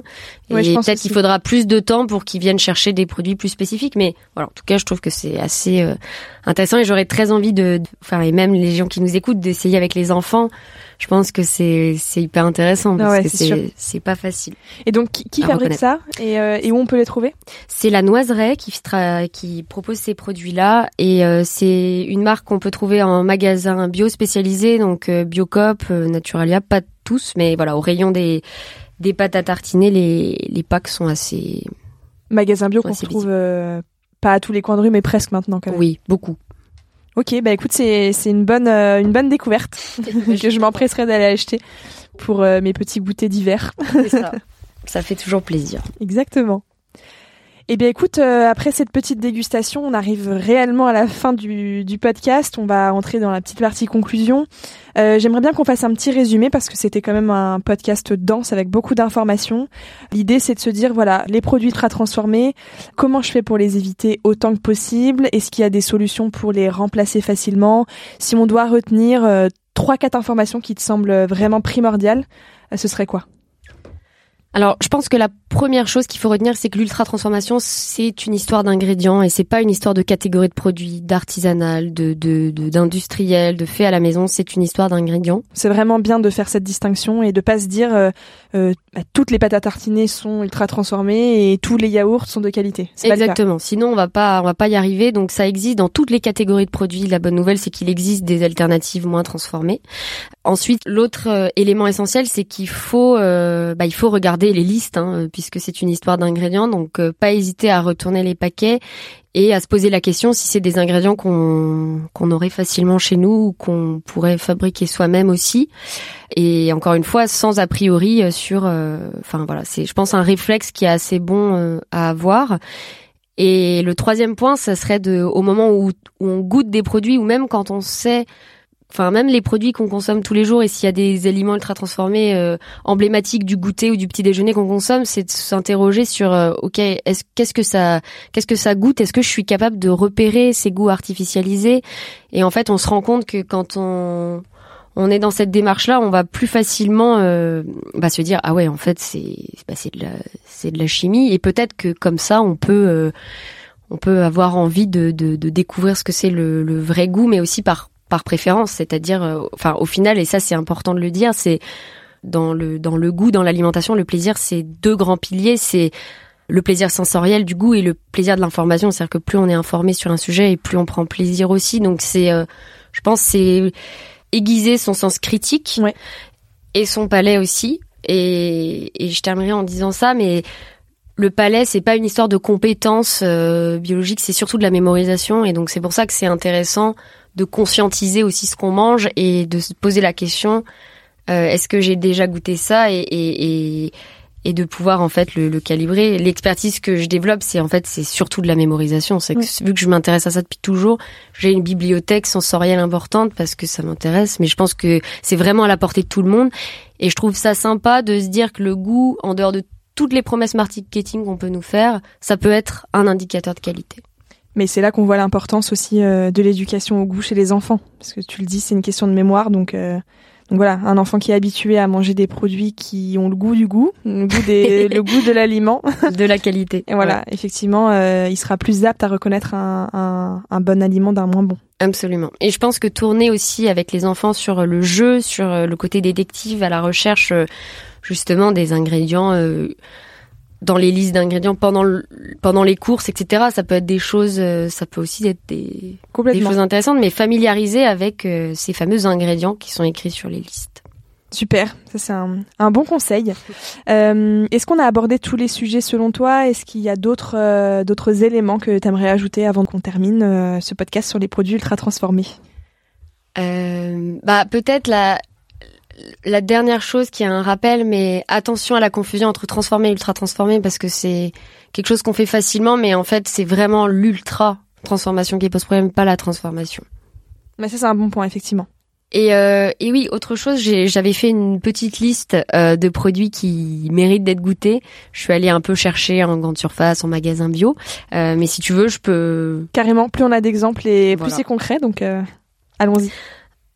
Et ouais, peut-être qu'il faudra plus de temps pour qu'ils viennent chercher des produits plus spécifiques. Mais voilà, en tout cas, je trouve que c'est assez euh, intéressant et j'aurais très envie de, de, enfin, et même les gens qui nous écoutent, d'essayer avec les enfants. Je pense que c'est c'est hyper intéressant parce ouais, que c'est c'est c'est pas facile. Et donc qui, qui fabrique ça et, euh, et où on peut les trouver? C'est la Noiseraie qui tra- qui propose ces produits-là et euh, c'est une marque qu'on peut trouver en magasin bio spécialisé, donc euh, Biocoop, euh, Naturalia, pas tous, mais voilà, au rayon des des pâtes à tartiner, les les packs sont assez magasin bio qu'on retrouve euh, pas à tous les coins de rue, mais presque maintenant quand même. Oui, beaucoup. Ok, bah écoute, c'est c'est une bonne euh, une bonne découverte que je m'empresserai d'aller acheter pour euh, mes petits goûters d'hiver. C'est ça. Ça fait toujours plaisir. Exactement. Eh bien écoute, euh, après cette petite dégustation, on arrive réellement à la fin du, du podcast. On va entrer dans la petite partie conclusion. Euh, j'aimerais bien qu'on fasse un petit résumé parce que c'était quand même un podcast dense avec beaucoup d'informations. L'idée, c'est de se dire, voilà, les produits ultra transformés, comment je fais pour les éviter autant que possible? Est-ce qu'il y a des solutions pour les remplacer facilement? Si on doit retenir euh, trois, quatre informations qui te semblent vraiment primordiales, euh, ce serait quoi? Alors, je pense que la première chose qu'il faut retenir, c'est que l'ultra-transformation, c'est une histoire d'ingrédients et c'est pas une histoire de catégorie de produits, d'artisanal, de, de, de, d'industriel, de fait à la maison. C'est une histoire d'ingrédients. C'est vraiment bien de faire cette distinction et de pas se dire euh, euh, bah, toutes les pâtes à tartiner sont ultra-transformées et tous les yaourts sont de qualité. C'est Exactement. Sinon, on va pas, on va pas y arriver. Donc, ça existe dans toutes les catégories de produits. La bonne nouvelle, c'est qu'il existe des alternatives moins transformées. Ensuite, l'autre euh, élément essentiel, c'est qu'il faut, euh, bah, il faut regarder les listes, hein, puisque c'est une histoire d'ingrédients, donc euh, pas hésiter à retourner les paquets et à se poser la question si c'est des ingrédients qu'on qu'on aurait facilement chez nous ou qu'on pourrait fabriquer soi-même aussi. Et encore une fois, sans a priori sur, euh, enfin voilà, c'est, je pense, un réflexe qui est assez bon euh, à avoir. Et le troisième point, ça serait de, au moment où, où on goûte des produits ou même quand on sait. Enfin, même les produits qu'on consomme tous les jours, et s'il y a des aliments ultra transformés euh, emblématiques du goûter ou du petit déjeuner qu'on consomme, c'est de s'interroger sur euh, ok, est-ce qu'est-ce que ça qu'est-ce que ça goûte, est-ce que je suis capable de repérer ces goûts artificialisés? Et en fait, on se rend compte que quand on on est dans cette démarche-là, on va plus facilement euh, bah, se dire ah ouais, en fait c'est bah, c'est de la c'est de la chimie, et peut-être que comme ça on peut euh, on peut avoir envie de de, de découvrir ce que c'est le, le vrai goût, mais aussi par par préférence, c'est-à-dire, euh, enfin, au final, et ça c'est important de le dire, c'est dans le dans le goût, dans l'alimentation, le plaisir, c'est deux grands piliers, c'est le plaisir sensoriel du goût et le plaisir de l'information. C'est-à-dire que plus on est informé sur un sujet et plus on prend plaisir aussi. Donc c'est, euh, je pense, c'est aiguiser son sens critique ouais. et son palais aussi. Et, et je terminerai en disant ça, mais le palais, c'est pas une histoire de compétences euh, biologiques, c'est surtout de la mémorisation. Et donc c'est pour ça que c'est intéressant de conscientiser aussi ce qu'on mange et de se poser la question euh, est-ce que j'ai déjà goûté ça, et, et, et, et de pouvoir en fait le, le calibrer. L'expertise que je développe, c'est en fait c'est surtout de la mémorisation. C'est que oui. Vu que je m'intéresse à ça depuis toujours, j'ai une bibliothèque sensorielle importante parce que ça m'intéresse, mais je pense que c'est vraiment à la portée de tout le monde. Et je trouve ça sympa de se dire que le goût, en dehors de toutes les promesses marketing qu'on peut nous faire, ça peut être un indicateur de qualité. Mais c'est là qu'on voit l'importance aussi euh, de l'éducation au goût chez les enfants. Parce que tu le dis, c'est une question de mémoire. Donc, euh, donc voilà, un enfant qui est habitué à manger des produits qui ont le goût du goût, le goût, des, le goût de l'aliment. De la qualité. Et voilà, ouais. Effectivement, euh, il sera plus apte à reconnaître un, un, un bon aliment d'un moins bon. Absolument. Et je pense que tourner aussi avec les enfants sur le jeu, sur le côté détective, à la recherche justement des ingrédients... Euh, dans les listes d'ingrédients pendant le, pendant les courses, et cetera. Ça peut être des choses, euh, ça peut aussi être des, des choses intéressantes, mais familiariser avec euh, ces fameux ingrédients qui sont écrits sur les listes. Super, ça c'est un, un bon conseil. Euh, est-ce qu'on a abordé tous les sujets selon toi? Est-ce qu'il y a d'autres, euh, d'autres éléments que tu aimerais ajouter avant qu'on termine euh, ce podcast sur les produits ultra transformés? euh, Bah peut-être la La dernière chose qui est un rappel, mais attention à la confusion entre transformé et ultra transformé, parce que c'est quelque chose qu'on fait facilement, mais en fait c'est vraiment l'ultra transformation qui pose problème, pas la transformation. Mais ça c'est un bon point, effectivement. Et, euh, et oui, autre chose, j'ai, j'avais fait une petite liste euh, de produits qui méritent d'être goûtés. Je suis allée un peu chercher en grande surface, en magasin bio, euh, mais si tu veux, je peux... Carrément, plus on a d'exemples et voilà. plus c'est concret, donc euh, allons-y.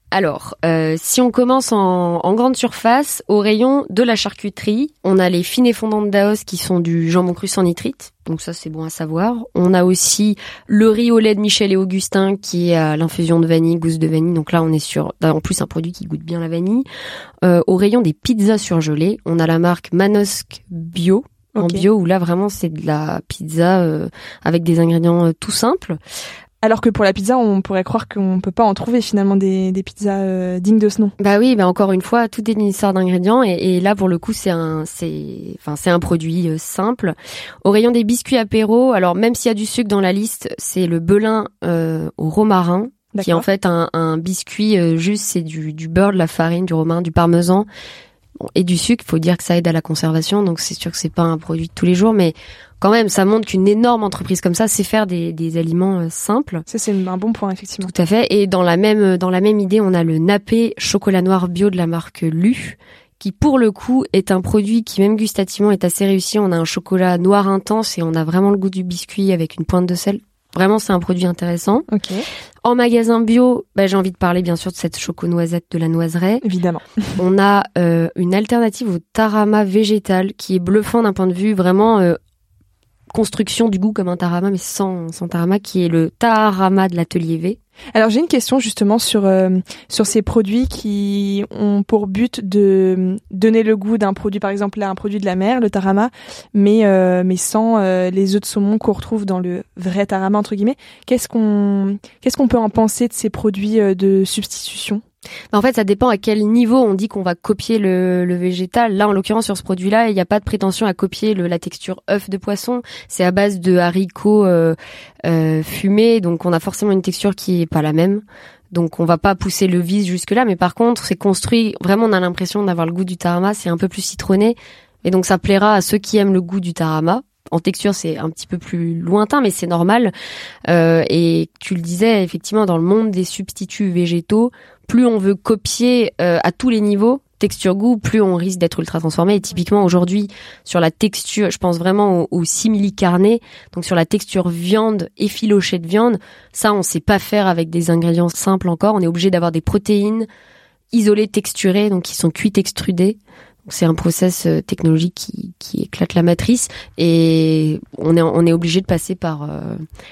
Alors, euh, si on commence en, en grande surface, au rayon de la charcuterie, on a les fines et fondantes d'Aos qui sont du jambon cru sans nitrite. Donc ça, c'est bon à savoir. On a aussi le riz au lait de Michel et Augustin qui est à l'infusion de vanille, gousse de vanille. Donc là, on est sur, en plus, un produit qui goûte bien la vanille. Euh, au rayon des pizzas surgelées, on a la marque Manosque Bio. En okay. bio, où là, vraiment, c'est de la pizza euh, avec des ingrédients euh, tout simples. Alors que pour la pizza, on pourrait croire qu'on peut pas en trouver finalement des, des pizzas euh, dignes de ce nom. Bah oui, bah encore une fois, tout est une histoire d'ingrédients et, et là pour le coup c'est un, c'est, enfin c'est un produit euh, simple. Au rayon des biscuits apéro, alors même s'il y a du sucre dans la liste, c'est le Belin euh, au romarin. D'accord. Qui est en fait un, un biscuit euh, juste, c'est du, du beurre, de la farine, du romarin, du parmesan. Bon, et du sucre, faut dire que ça aide à la conservation, donc c'est sûr que c'est pas un produit de tous les jours, mais quand même, ça montre qu'une énorme entreprise comme ça sait faire des, des aliments euh, simples. Ça, c'est un bon point, effectivement. Tout à fait. Et dans la même, dans la même idée, on a le nappé chocolat noir bio de la marque Lu, qui pour le coup est un produit qui même gustativement est assez réussi. On a un chocolat noir intense et on a vraiment le goût du biscuit avec une pointe de sel. Vraiment, c'est un produit intéressant. Okay. En magasin bio, bah, j'ai envie de parler bien sûr de cette choco-noisette de la Noiseraie. Évidemment. On a euh, une alternative au tarama végétal qui est bluffant d'un point de vue vraiment euh, construction du goût comme un tarama, mais sans, sans tarama, qui est le tarama de l'atelier V. Alors j'ai une question justement sur euh, sur ces produits qui ont pour but de donner le goût d'un produit, par exemple là un produit de la mer, le tarama, mais euh, mais sans euh, les œufs de saumon qu'on retrouve dans le vrai tarama entre guillemets. Qu'est-ce qu'on qu'est-ce qu'on peut en penser de ces produits euh, de substitution? En fait, ça dépend à quel niveau on dit qu'on va copier le, le végétal. Là, en l'occurrence, sur ce produit-là, il n'y a pas de prétention à copier le, la texture œuf de poisson. C'est à base de haricots euh, euh, fumés, donc on a forcément une texture qui est pas la même. Donc on va pas pousser le vice jusque-là, mais par contre, c'est construit. Vraiment, on a l'impression d'avoir le goût du tarama. C'est un peu plus citronné, et donc ça plaira à ceux qui aiment le goût du tarama. En texture, c'est un petit peu plus lointain, mais c'est normal. Euh, et tu le disais, effectivement, dans le monde des substituts végétaux, plus on veut copier euh, à tous les niveaux, texture goût, plus on risque d'être ultra transformé. Et typiquement, aujourd'hui, sur la texture, je pense vraiment au, au simili-carné, donc sur la texture viande, effilochée de viande, ça, on sait pas faire avec des ingrédients simples encore. On est obligé d'avoir des protéines isolées, texturées, donc qui sont cuites, extrudées. C'est un process technologique qui, qui éclate la matrice et on est, on est obligé de passer par, euh,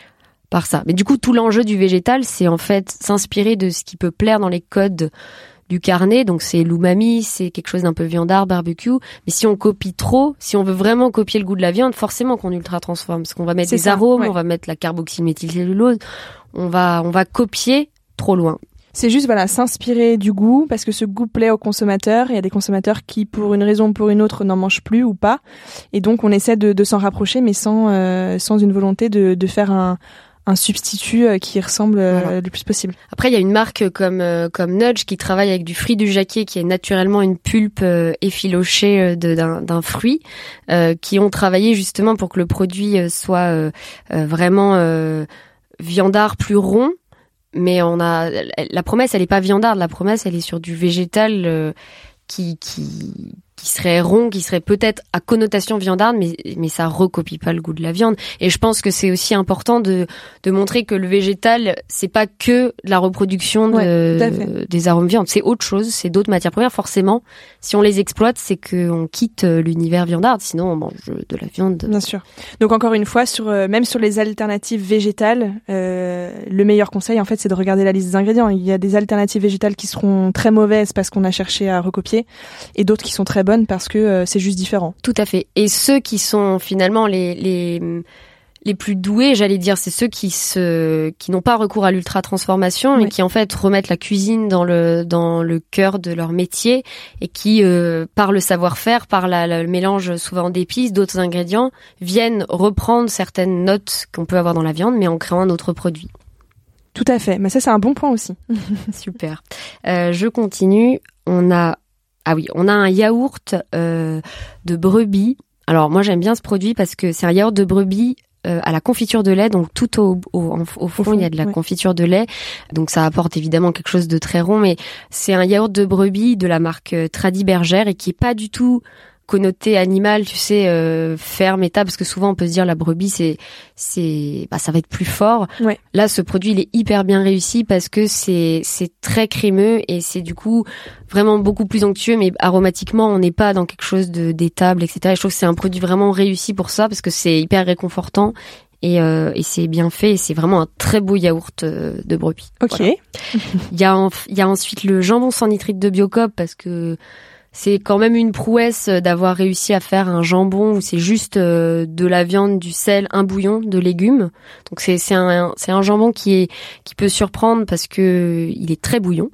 par ça. Mais du coup, tout l'enjeu du végétal, c'est en fait s'inspirer de ce qui peut plaire dans les codes du carnet. Donc c'est l'umami, c'est quelque chose d'un peu viandard, barbecue. Mais si on copie trop, si on veut vraiment copier le goût de la viande, forcément qu'on ultra transforme. Parce qu'on va mettre c'est des ça, arômes, ouais. On va mettre la carboxyméthylcellulose, on va, on va copier trop loin. C'est juste voilà s'inspirer du goût parce que ce goût plaît aux consommateurs. Il y a des consommateurs qui, pour une raison ou pour une autre, n'en mangent plus ou pas. Et donc on essaie de, de s'en rapprocher, mais sans euh, sans une volonté de, de faire un un substitut qui ressemble voilà. euh, le plus possible. Après, il y a une marque comme euh, comme Nudge qui travaille avec du fruit du jacquier, qui est naturellement une pulpe euh, effilochée euh, de, d'un, d'un fruit, euh, qui ont travaillé justement pour que le produit euh, soit euh, euh, vraiment euh, viandard, plus rond. Mais on a la promesse, elle est pas viandarde. La promesse, elle est sur du végétal euh, qui qui qui serait rond, qui serait peut-être à connotation viandarde, mais mais ça recopie pas le goût de la viande. Et je pense que c'est aussi important de de montrer que le végétal, c'est pas que la reproduction de, ouais, des arômes viande, c'est autre chose, c'est d'autres matières premières. Forcément, si on les exploite, c'est que on quitte l'univers viandarde, sinon on mange de la viande. Bien sûr. Donc encore une fois, sur euh, même sur les alternatives végétales, euh, le meilleur conseil en fait, c'est de regarder la liste des ingrédients. Il y a des alternatives végétales qui seront très mauvaises parce qu'on a cherché à recopier, et d'autres qui sont très bonnes parce que euh, c'est juste différent. Tout à fait. Et ceux qui sont finalement les les les plus doués, j'allais dire, c'est ceux qui se qui n'ont pas recours à l'ultra transformation, oui. Et qui en fait remettent la cuisine dans le dans le cœur de leur métier et qui euh, par le savoir-faire, par la, la, le mélange souvent d'épices, d'autres ingrédients, viennent reprendre certaines notes qu'on peut avoir dans la viande, mais en créant un autre produit. Tout à fait. Mais ça, c'est un bon point aussi. Super. Euh, je continue. On a Ah oui, on a un yaourt euh, de brebis. Alors moi j'aime bien ce produit parce que c'est un yaourt de brebis euh, à la confiture de lait, donc tout au, au, au, au fond il y a de la ouais. confiture de lait, donc ça apporte évidemment quelque chose de très rond, mais c'est un yaourt de brebis de la marque Tradi Bergère et qui est pas du tout connoté animal, tu sais, euh, ferme, étable, parce que souvent on peut se dire la brebis c'est c'est bah ça va être plus fort. Ouais. Là, ce produit il est hyper bien réussi parce que c'est c'est très crémeux et c'est du coup vraiment beaucoup plus onctueux, mais aromatiquement on n'est pas dans quelque chose de d'étable, et cetera. Et je trouve que c'est un produit vraiment réussi pour ça parce que c'est hyper réconfortant. Et, euh, et c'est bien fait et c'est vraiment un très beau yaourt euh, de brebis. Ok. Voilà. Il y a en, il y a ensuite le jambon sans nitrite de Biocoop parce que c'est quand même une prouesse d'avoir réussi à faire un jambon où c'est juste euh, de la viande, du sel, un bouillon, de légumes. Donc c'est c'est un c'est un jambon qui est qui peut surprendre parce que il est très bouillon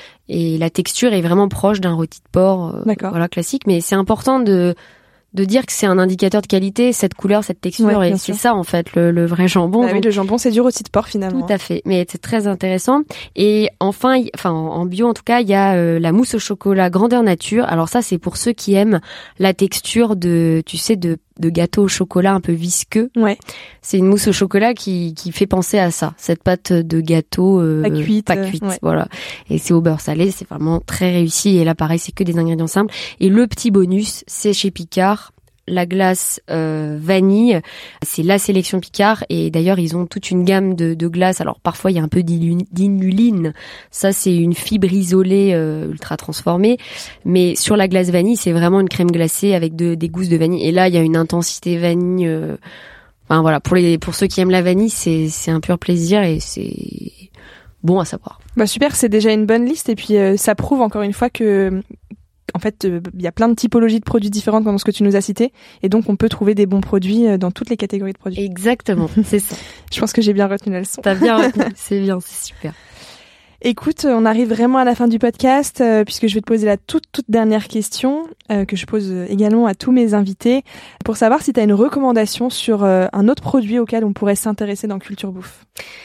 et la texture est vraiment proche d'un rôti de porc euh, D'accord. voilà classique, mais c'est important de de dire que c'est un indicateur de qualité, cette couleur, cette texture, Ouais, et bien c'est sûr. ça en fait le, le vrai jambon. Bah oui, Donc, le jambon, c'est du rôti de porc finalement. tout à fait, mais c'est très intéressant. Et enfin, y- enfin en bio en tout cas, il y a euh, la mousse au chocolat grandeur nature. Alors ça, c'est pour ceux qui aiment la texture de, tu sais, de de gâteau au chocolat un peu visqueux. Ouais. C'est une mousse au chocolat qui qui fait penser à ça, cette pâte de gâteau euh, Pas cuite, pas euh, cuite, ouais. voilà. Et c'est au beurre salé, c'est vraiment très réussi. Et là, pareil, c'est que des ingrédients simples. Et le petit bonus, c'est chez Picard. La glace euh, vanille, c'est la sélection Picard et d'ailleurs ils ont toute une gamme de, de glaces. Alors parfois il y a un peu d'inuline, d'inuline. Ça c'est une fibre isolée euh, ultra transformée, mais sur la glace vanille c'est vraiment une crème glacée avec de, des gousses de vanille. Et là il y a une intensité vanille. Euh, enfin voilà, pour les pour ceux qui aiment la vanille c'est c'est un pur plaisir et c'est bon à savoir. Bah super, c'est déjà une bonne liste et puis euh, ça prouve encore une fois que en fait, il euh, y a plein de typologies de produits différentes dans ce que tu nous as cité, et donc on peut trouver des bons produits euh, dans toutes les catégories de produits. Exactement, c'est ça. Je pense que j'ai bien retenu la leçon. T'as bien retenu, c'est bien, c'est super. Écoute, on arrive vraiment à la fin du podcast, euh, puisque je vais te poser la toute toute dernière question, euh, que je pose également à tous mes invités, pour savoir si tu as une recommandation sur euh, un autre produit auquel on pourrait s'intéresser dans Culture Bouffe.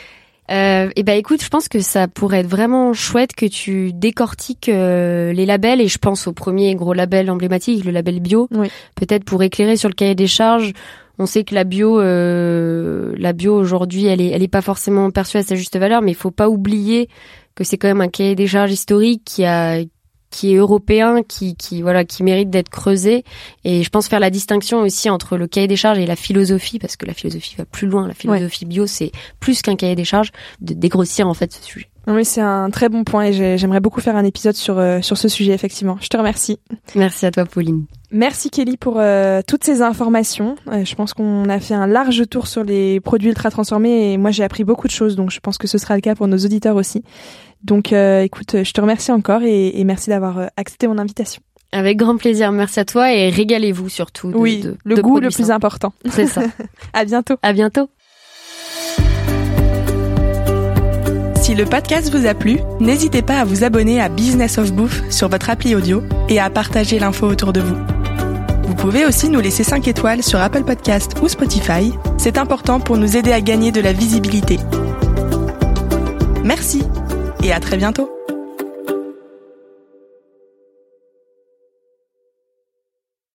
Euh, et ben écoute, je pense que ça pourrait être vraiment chouette que tu décortiques euh, les labels et je pense au premier gros label emblématique, le label bio. Oui. Peut-être pour éclairer sur le cahier des charges. On sait que la bio, euh, la bio aujourd'hui, elle est, elle est pas forcément perçue à sa juste valeur, mais il faut pas oublier que c'est quand même un cahier des charges historique qui a qui est européen, qui, qui voilà, qui mérite d'être creusé. Et je pense faire la distinction aussi entre le cahier des charges et la philosophie, parce que la philosophie va plus loin. La philosophie ouais. bio, c'est plus qu'un cahier des charges, de dégrossir en fait ce sujet. Oui, c'est un très bon point et j'ai, j'aimerais beaucoup faire un épisode sur euh, sur ce sujet effectivement. Je te remercie. Merci à toi, Pauline. Merci Kelly pour euh, toutes ces informations. Euh, je pense qu'on a fait un large tour sur les produits ultra transformés et moi j'ai appris beaucoup de choses, donc je pense que ce sera le cas pour nos auditeurs aussi. Donc euh, écoute, je te remercie encore et, et merci d'avoir euh, accepté mon invitation. Avec grand plaisir, merci à toi et régalez-vous surtout. De, oui, de, le de goût le plus sains. important. C'est ça. À bientôt. À bientôt. Si le podcast vous a plu, n'hésitez pas à vous abonner à Business of Bouffe sur votre appli audio et à partager l'info autour de vous. Vous pouvez aussi nous laisser cinq étoiles sur Apple Podcast ou Spotify. C'est important pour nous aider à gagner de la visibilité. Merci et à très bientôt.